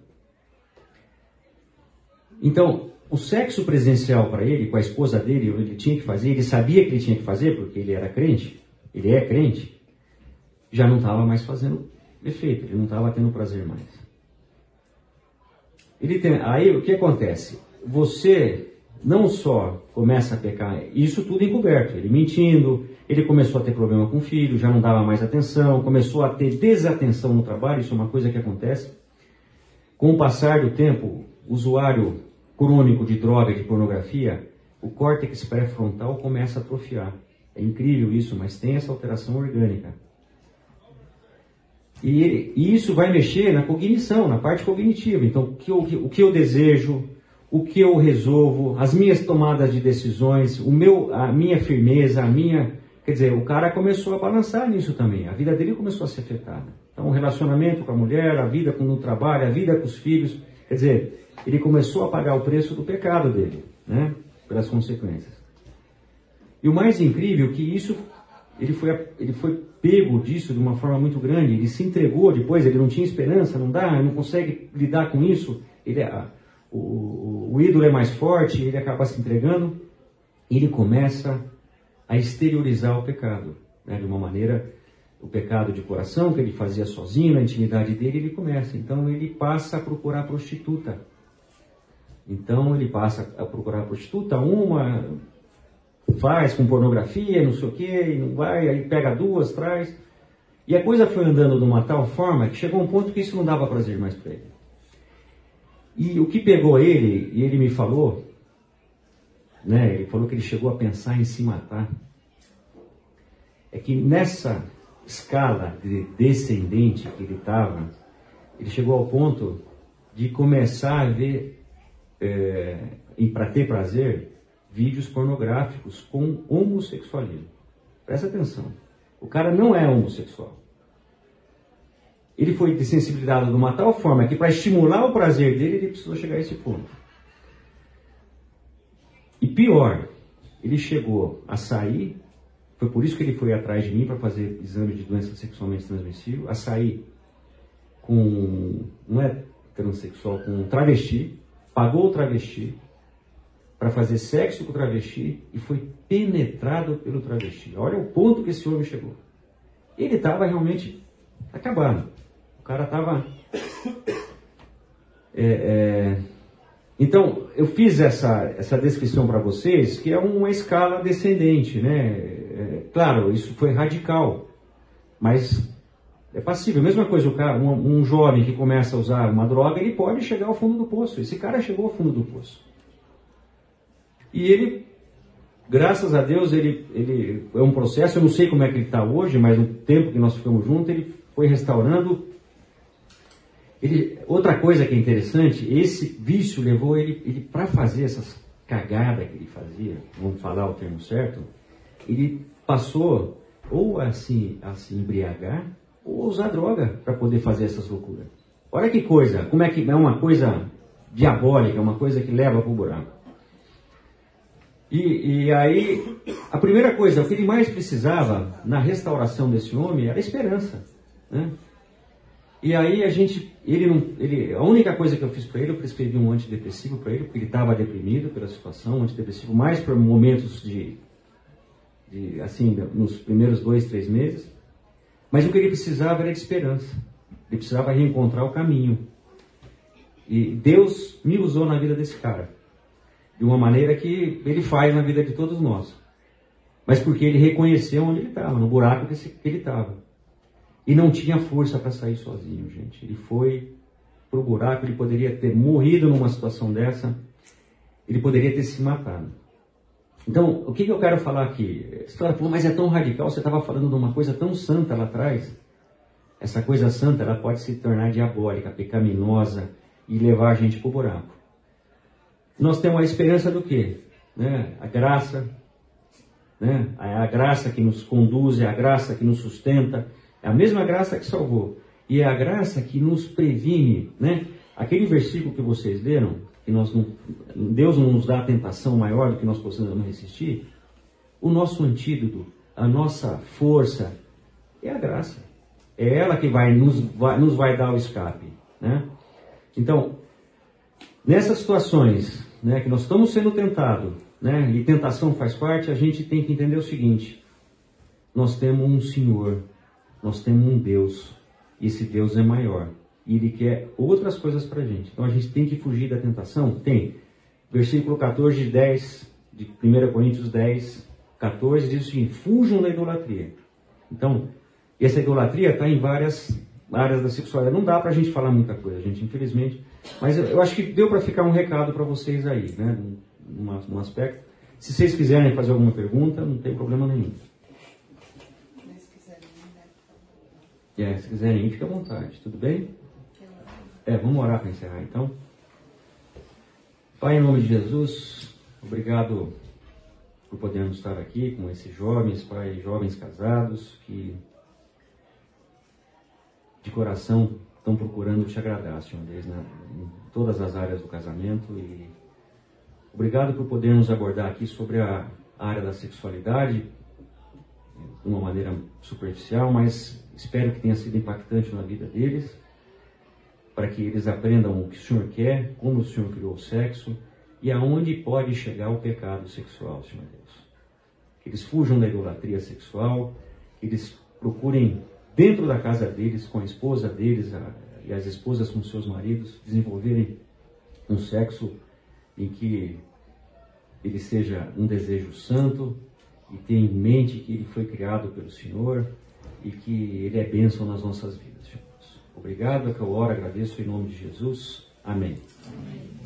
Então, o sexo presencial para ele, com a esposa dele, ele tinha que fazer, ele sabia que ele tinha que fazer, porque ele era crente, ele é crente, já não estava mais fazendo efeito, ele não estava tendo prazer mais. Ele tem, aí o que acontece? Você não só começa a pecar, isso tudo encoberto, ele mentindo, ele começou a ter problema com o filho, já não dava mais atenção, começou a ter desatenção no trabalho, isso é uma coisa que acontece. Com o passar do tempo, o usuário crônico de droga, de pornografia, o córtex pré-frontal começa a atrofiar. É incrível isso, mas tem essa alteração orgânica. E, e isso vai mexer na cognição, na parte cognitiva. Então, o que, eu, o que eu desejo, o que eu resolvo, as minhas tomadas de decisões, o meu, a minha firmeza, a minha... Quer dizer, o cara começou a balançar nisso também. A vida dele começou a ser afetada. Então, o relacionamento com a mulher, a vida com o trabalho, a vida com os filhos. Quer dizer, ele começou a pagar o preço do pecado dele, né? Pelas consequências. E o mais incrível é que isso, ele foi, ele foi pego disso de uma forma muito grande. Ele se entregou depois, ele não tinha esperança, não dá, não consegue lidar com isso. Ele, a, o, o, o ídolo é mais forte, ele acaba se entregando. E ele começa a exteriorizar o pecado, né? De uma maneira, o pecado de coração que ele fazia sozinho, na intimidade dele, ele começa. Então ele passa a procurar prostituta. Então ele passa a procurar prostituta, uma faz com pornografia, não sei o que, e não vai, aí pega duas, traz. E a coisa foi andando de uma tal forma que chegou a um ponto que isso não dava prazer mais para ele. E o que pegou ele, e ele me falou, né, ele falou que ele chegou a pensar em se matar, é que nessa escala de descendente que ele estava, ele chegou ao ponto de começar a ver, é, para ter prazer, vídeos pornográficos com homossexualismo. Presta atenção. O cara não é homossexual. Ele foi desensibilizado de uma tal forma que para estimular o prazer dele, ele precisou chegar a esse ponto. E pior, ele chegou a sair, foi por isso que ele foi atrás de mim para fazer exame de doença sexualmente transmissível, a sair com, não é transexual, com um travesti, pagou o travesti, para fazer sexo com o travesti e foi penetrado pelo travesti. Olha o ponto que esse homem chegou. Ele estava realmente acabado. O cara estava... É, é... Então, eu fiz essa, essa descrição para vocês, que é uma escala descendente, né? É, claro, isso foi radical, mas é passível. Mesma coisa, o cara, um, um jovem que começa a usar uma droga, ele pode chegar ao fundo do poço. Esse cara chegou ao fundo do poço. E ele, graças a Deus, ele, ele é um processo, eu não sei como é que ele está hoje, mas no tempo que nós ficamos juntos, ele foi restaurando. Ele, outra coisa que é interessante, esse vício levou ele, ele para fazer essas cagadas que ele fazia, vamos falar o termo certo, ele passou ou a se, a se embriagar, ou a usar droga para poder fazer essas loucuras. Olha que coisa, como é que é uma coisa diabólica, uma coisa que leva para o buraco. E, e aí, a primeira coisa, o que ele mais precisava na restauração desse homem era esperança, né? E aí a gente, ele não, ele, a única coisa que eu fiz para ele, eu prescrevi um antidepressivo para ele, porque ele estava deprimido pela situação, um antidepressivo mais por momentos de, de, assim, nos primeiros dois, três meses. Mas o que ele precisava era de esperança. Ele precisava reencontrar o caminho. E Deus me usou na vida desse cara. De uma maneira que ele faz na vida de todos nós. Mas porque ele reconheceu onde ele estava, no buraco que ele estava. E não tinha força para sair sozinho, gente. Ele foi para o buraco, ele poderia ter morrido numa situação dessa, ele poderia ter se matado. Então, o que, que eu quero falar aqui? A história falou, mas é tão radical, você estava falando de uma coisa tão santa lá atrás. Essa coisa santa, ela pode se tornar diabólica, pecaminosa e levar a gente para o buraco. Nós temos a esperança do quê? Né? A graça, né? A graça que nos conduz, é a graça que nos sustenta, é a mesma graça que salvou. E é a graça que nos previne, né? Aquele versículo que vocês leram, que nós não, Deus não nos dá a tentação maior do que nós possamos não resistir. O nosso antídoto, a nossa força, é a graça. É ela que vai nos, vai, nos vai dar o escape, né? Então, nessas situações, né, que nós estamos sendo tentados, né, e tentação faz parte, a gente tem que entender o seguinte: nós temos um Senhor, nós temos um Deus, e esse Deus é maior, e Ele quer outras coisas para a gente. Então a gente tem que fugir da tentação? Tem. Versículo catorze, dez, de primeira Coríntios dez, catorze, diz o seguinte: fujam da idolatria. Então, essa idolatria está em várias áreas da sexualidade. Não dá para a gente falar muita coisa, gente, infelizmente. Mas eu, eu acho que deu para ficar um recado para vocês aí, né? Num, num aspecto. Se vocês quiserem fazer alguma pergunta, não tem problema nenhum. É, se quiserem ir, fique à vontade, tudo bem? É, vamos orar para encerrar então. Pai, em nome de Jesus, obrigado por podermos estar aqui com esses jovens, Pai, jovens casados que de coração estão procurando te agradar, Senhor Deus, né, em todas as áreas do casamento. E obrigado por podermos abordar aqui sobre a área da sexualidade de uma maneira superficial, mas espero que tenha sido impactante na vida deles, para que eles aprendam o que o Senhor quer, como o Senhor criou o sexo e aonde pode chegar o pecado sexual, Senhor Deus. Que eles fujam da idolatria sexual, que eles procurem dentro da casa deles, com a esposa deles a, e as esposas com seus maridos, desenvolverem um sexo em que ele seja um desejo santo e tenha em mente que ele foi criado pelo Senhor e que ele é bênção nas nossas vidas, Senhor. Obrigado, é que eu oro, agradeço em nome de Jesus. Amém. Amém.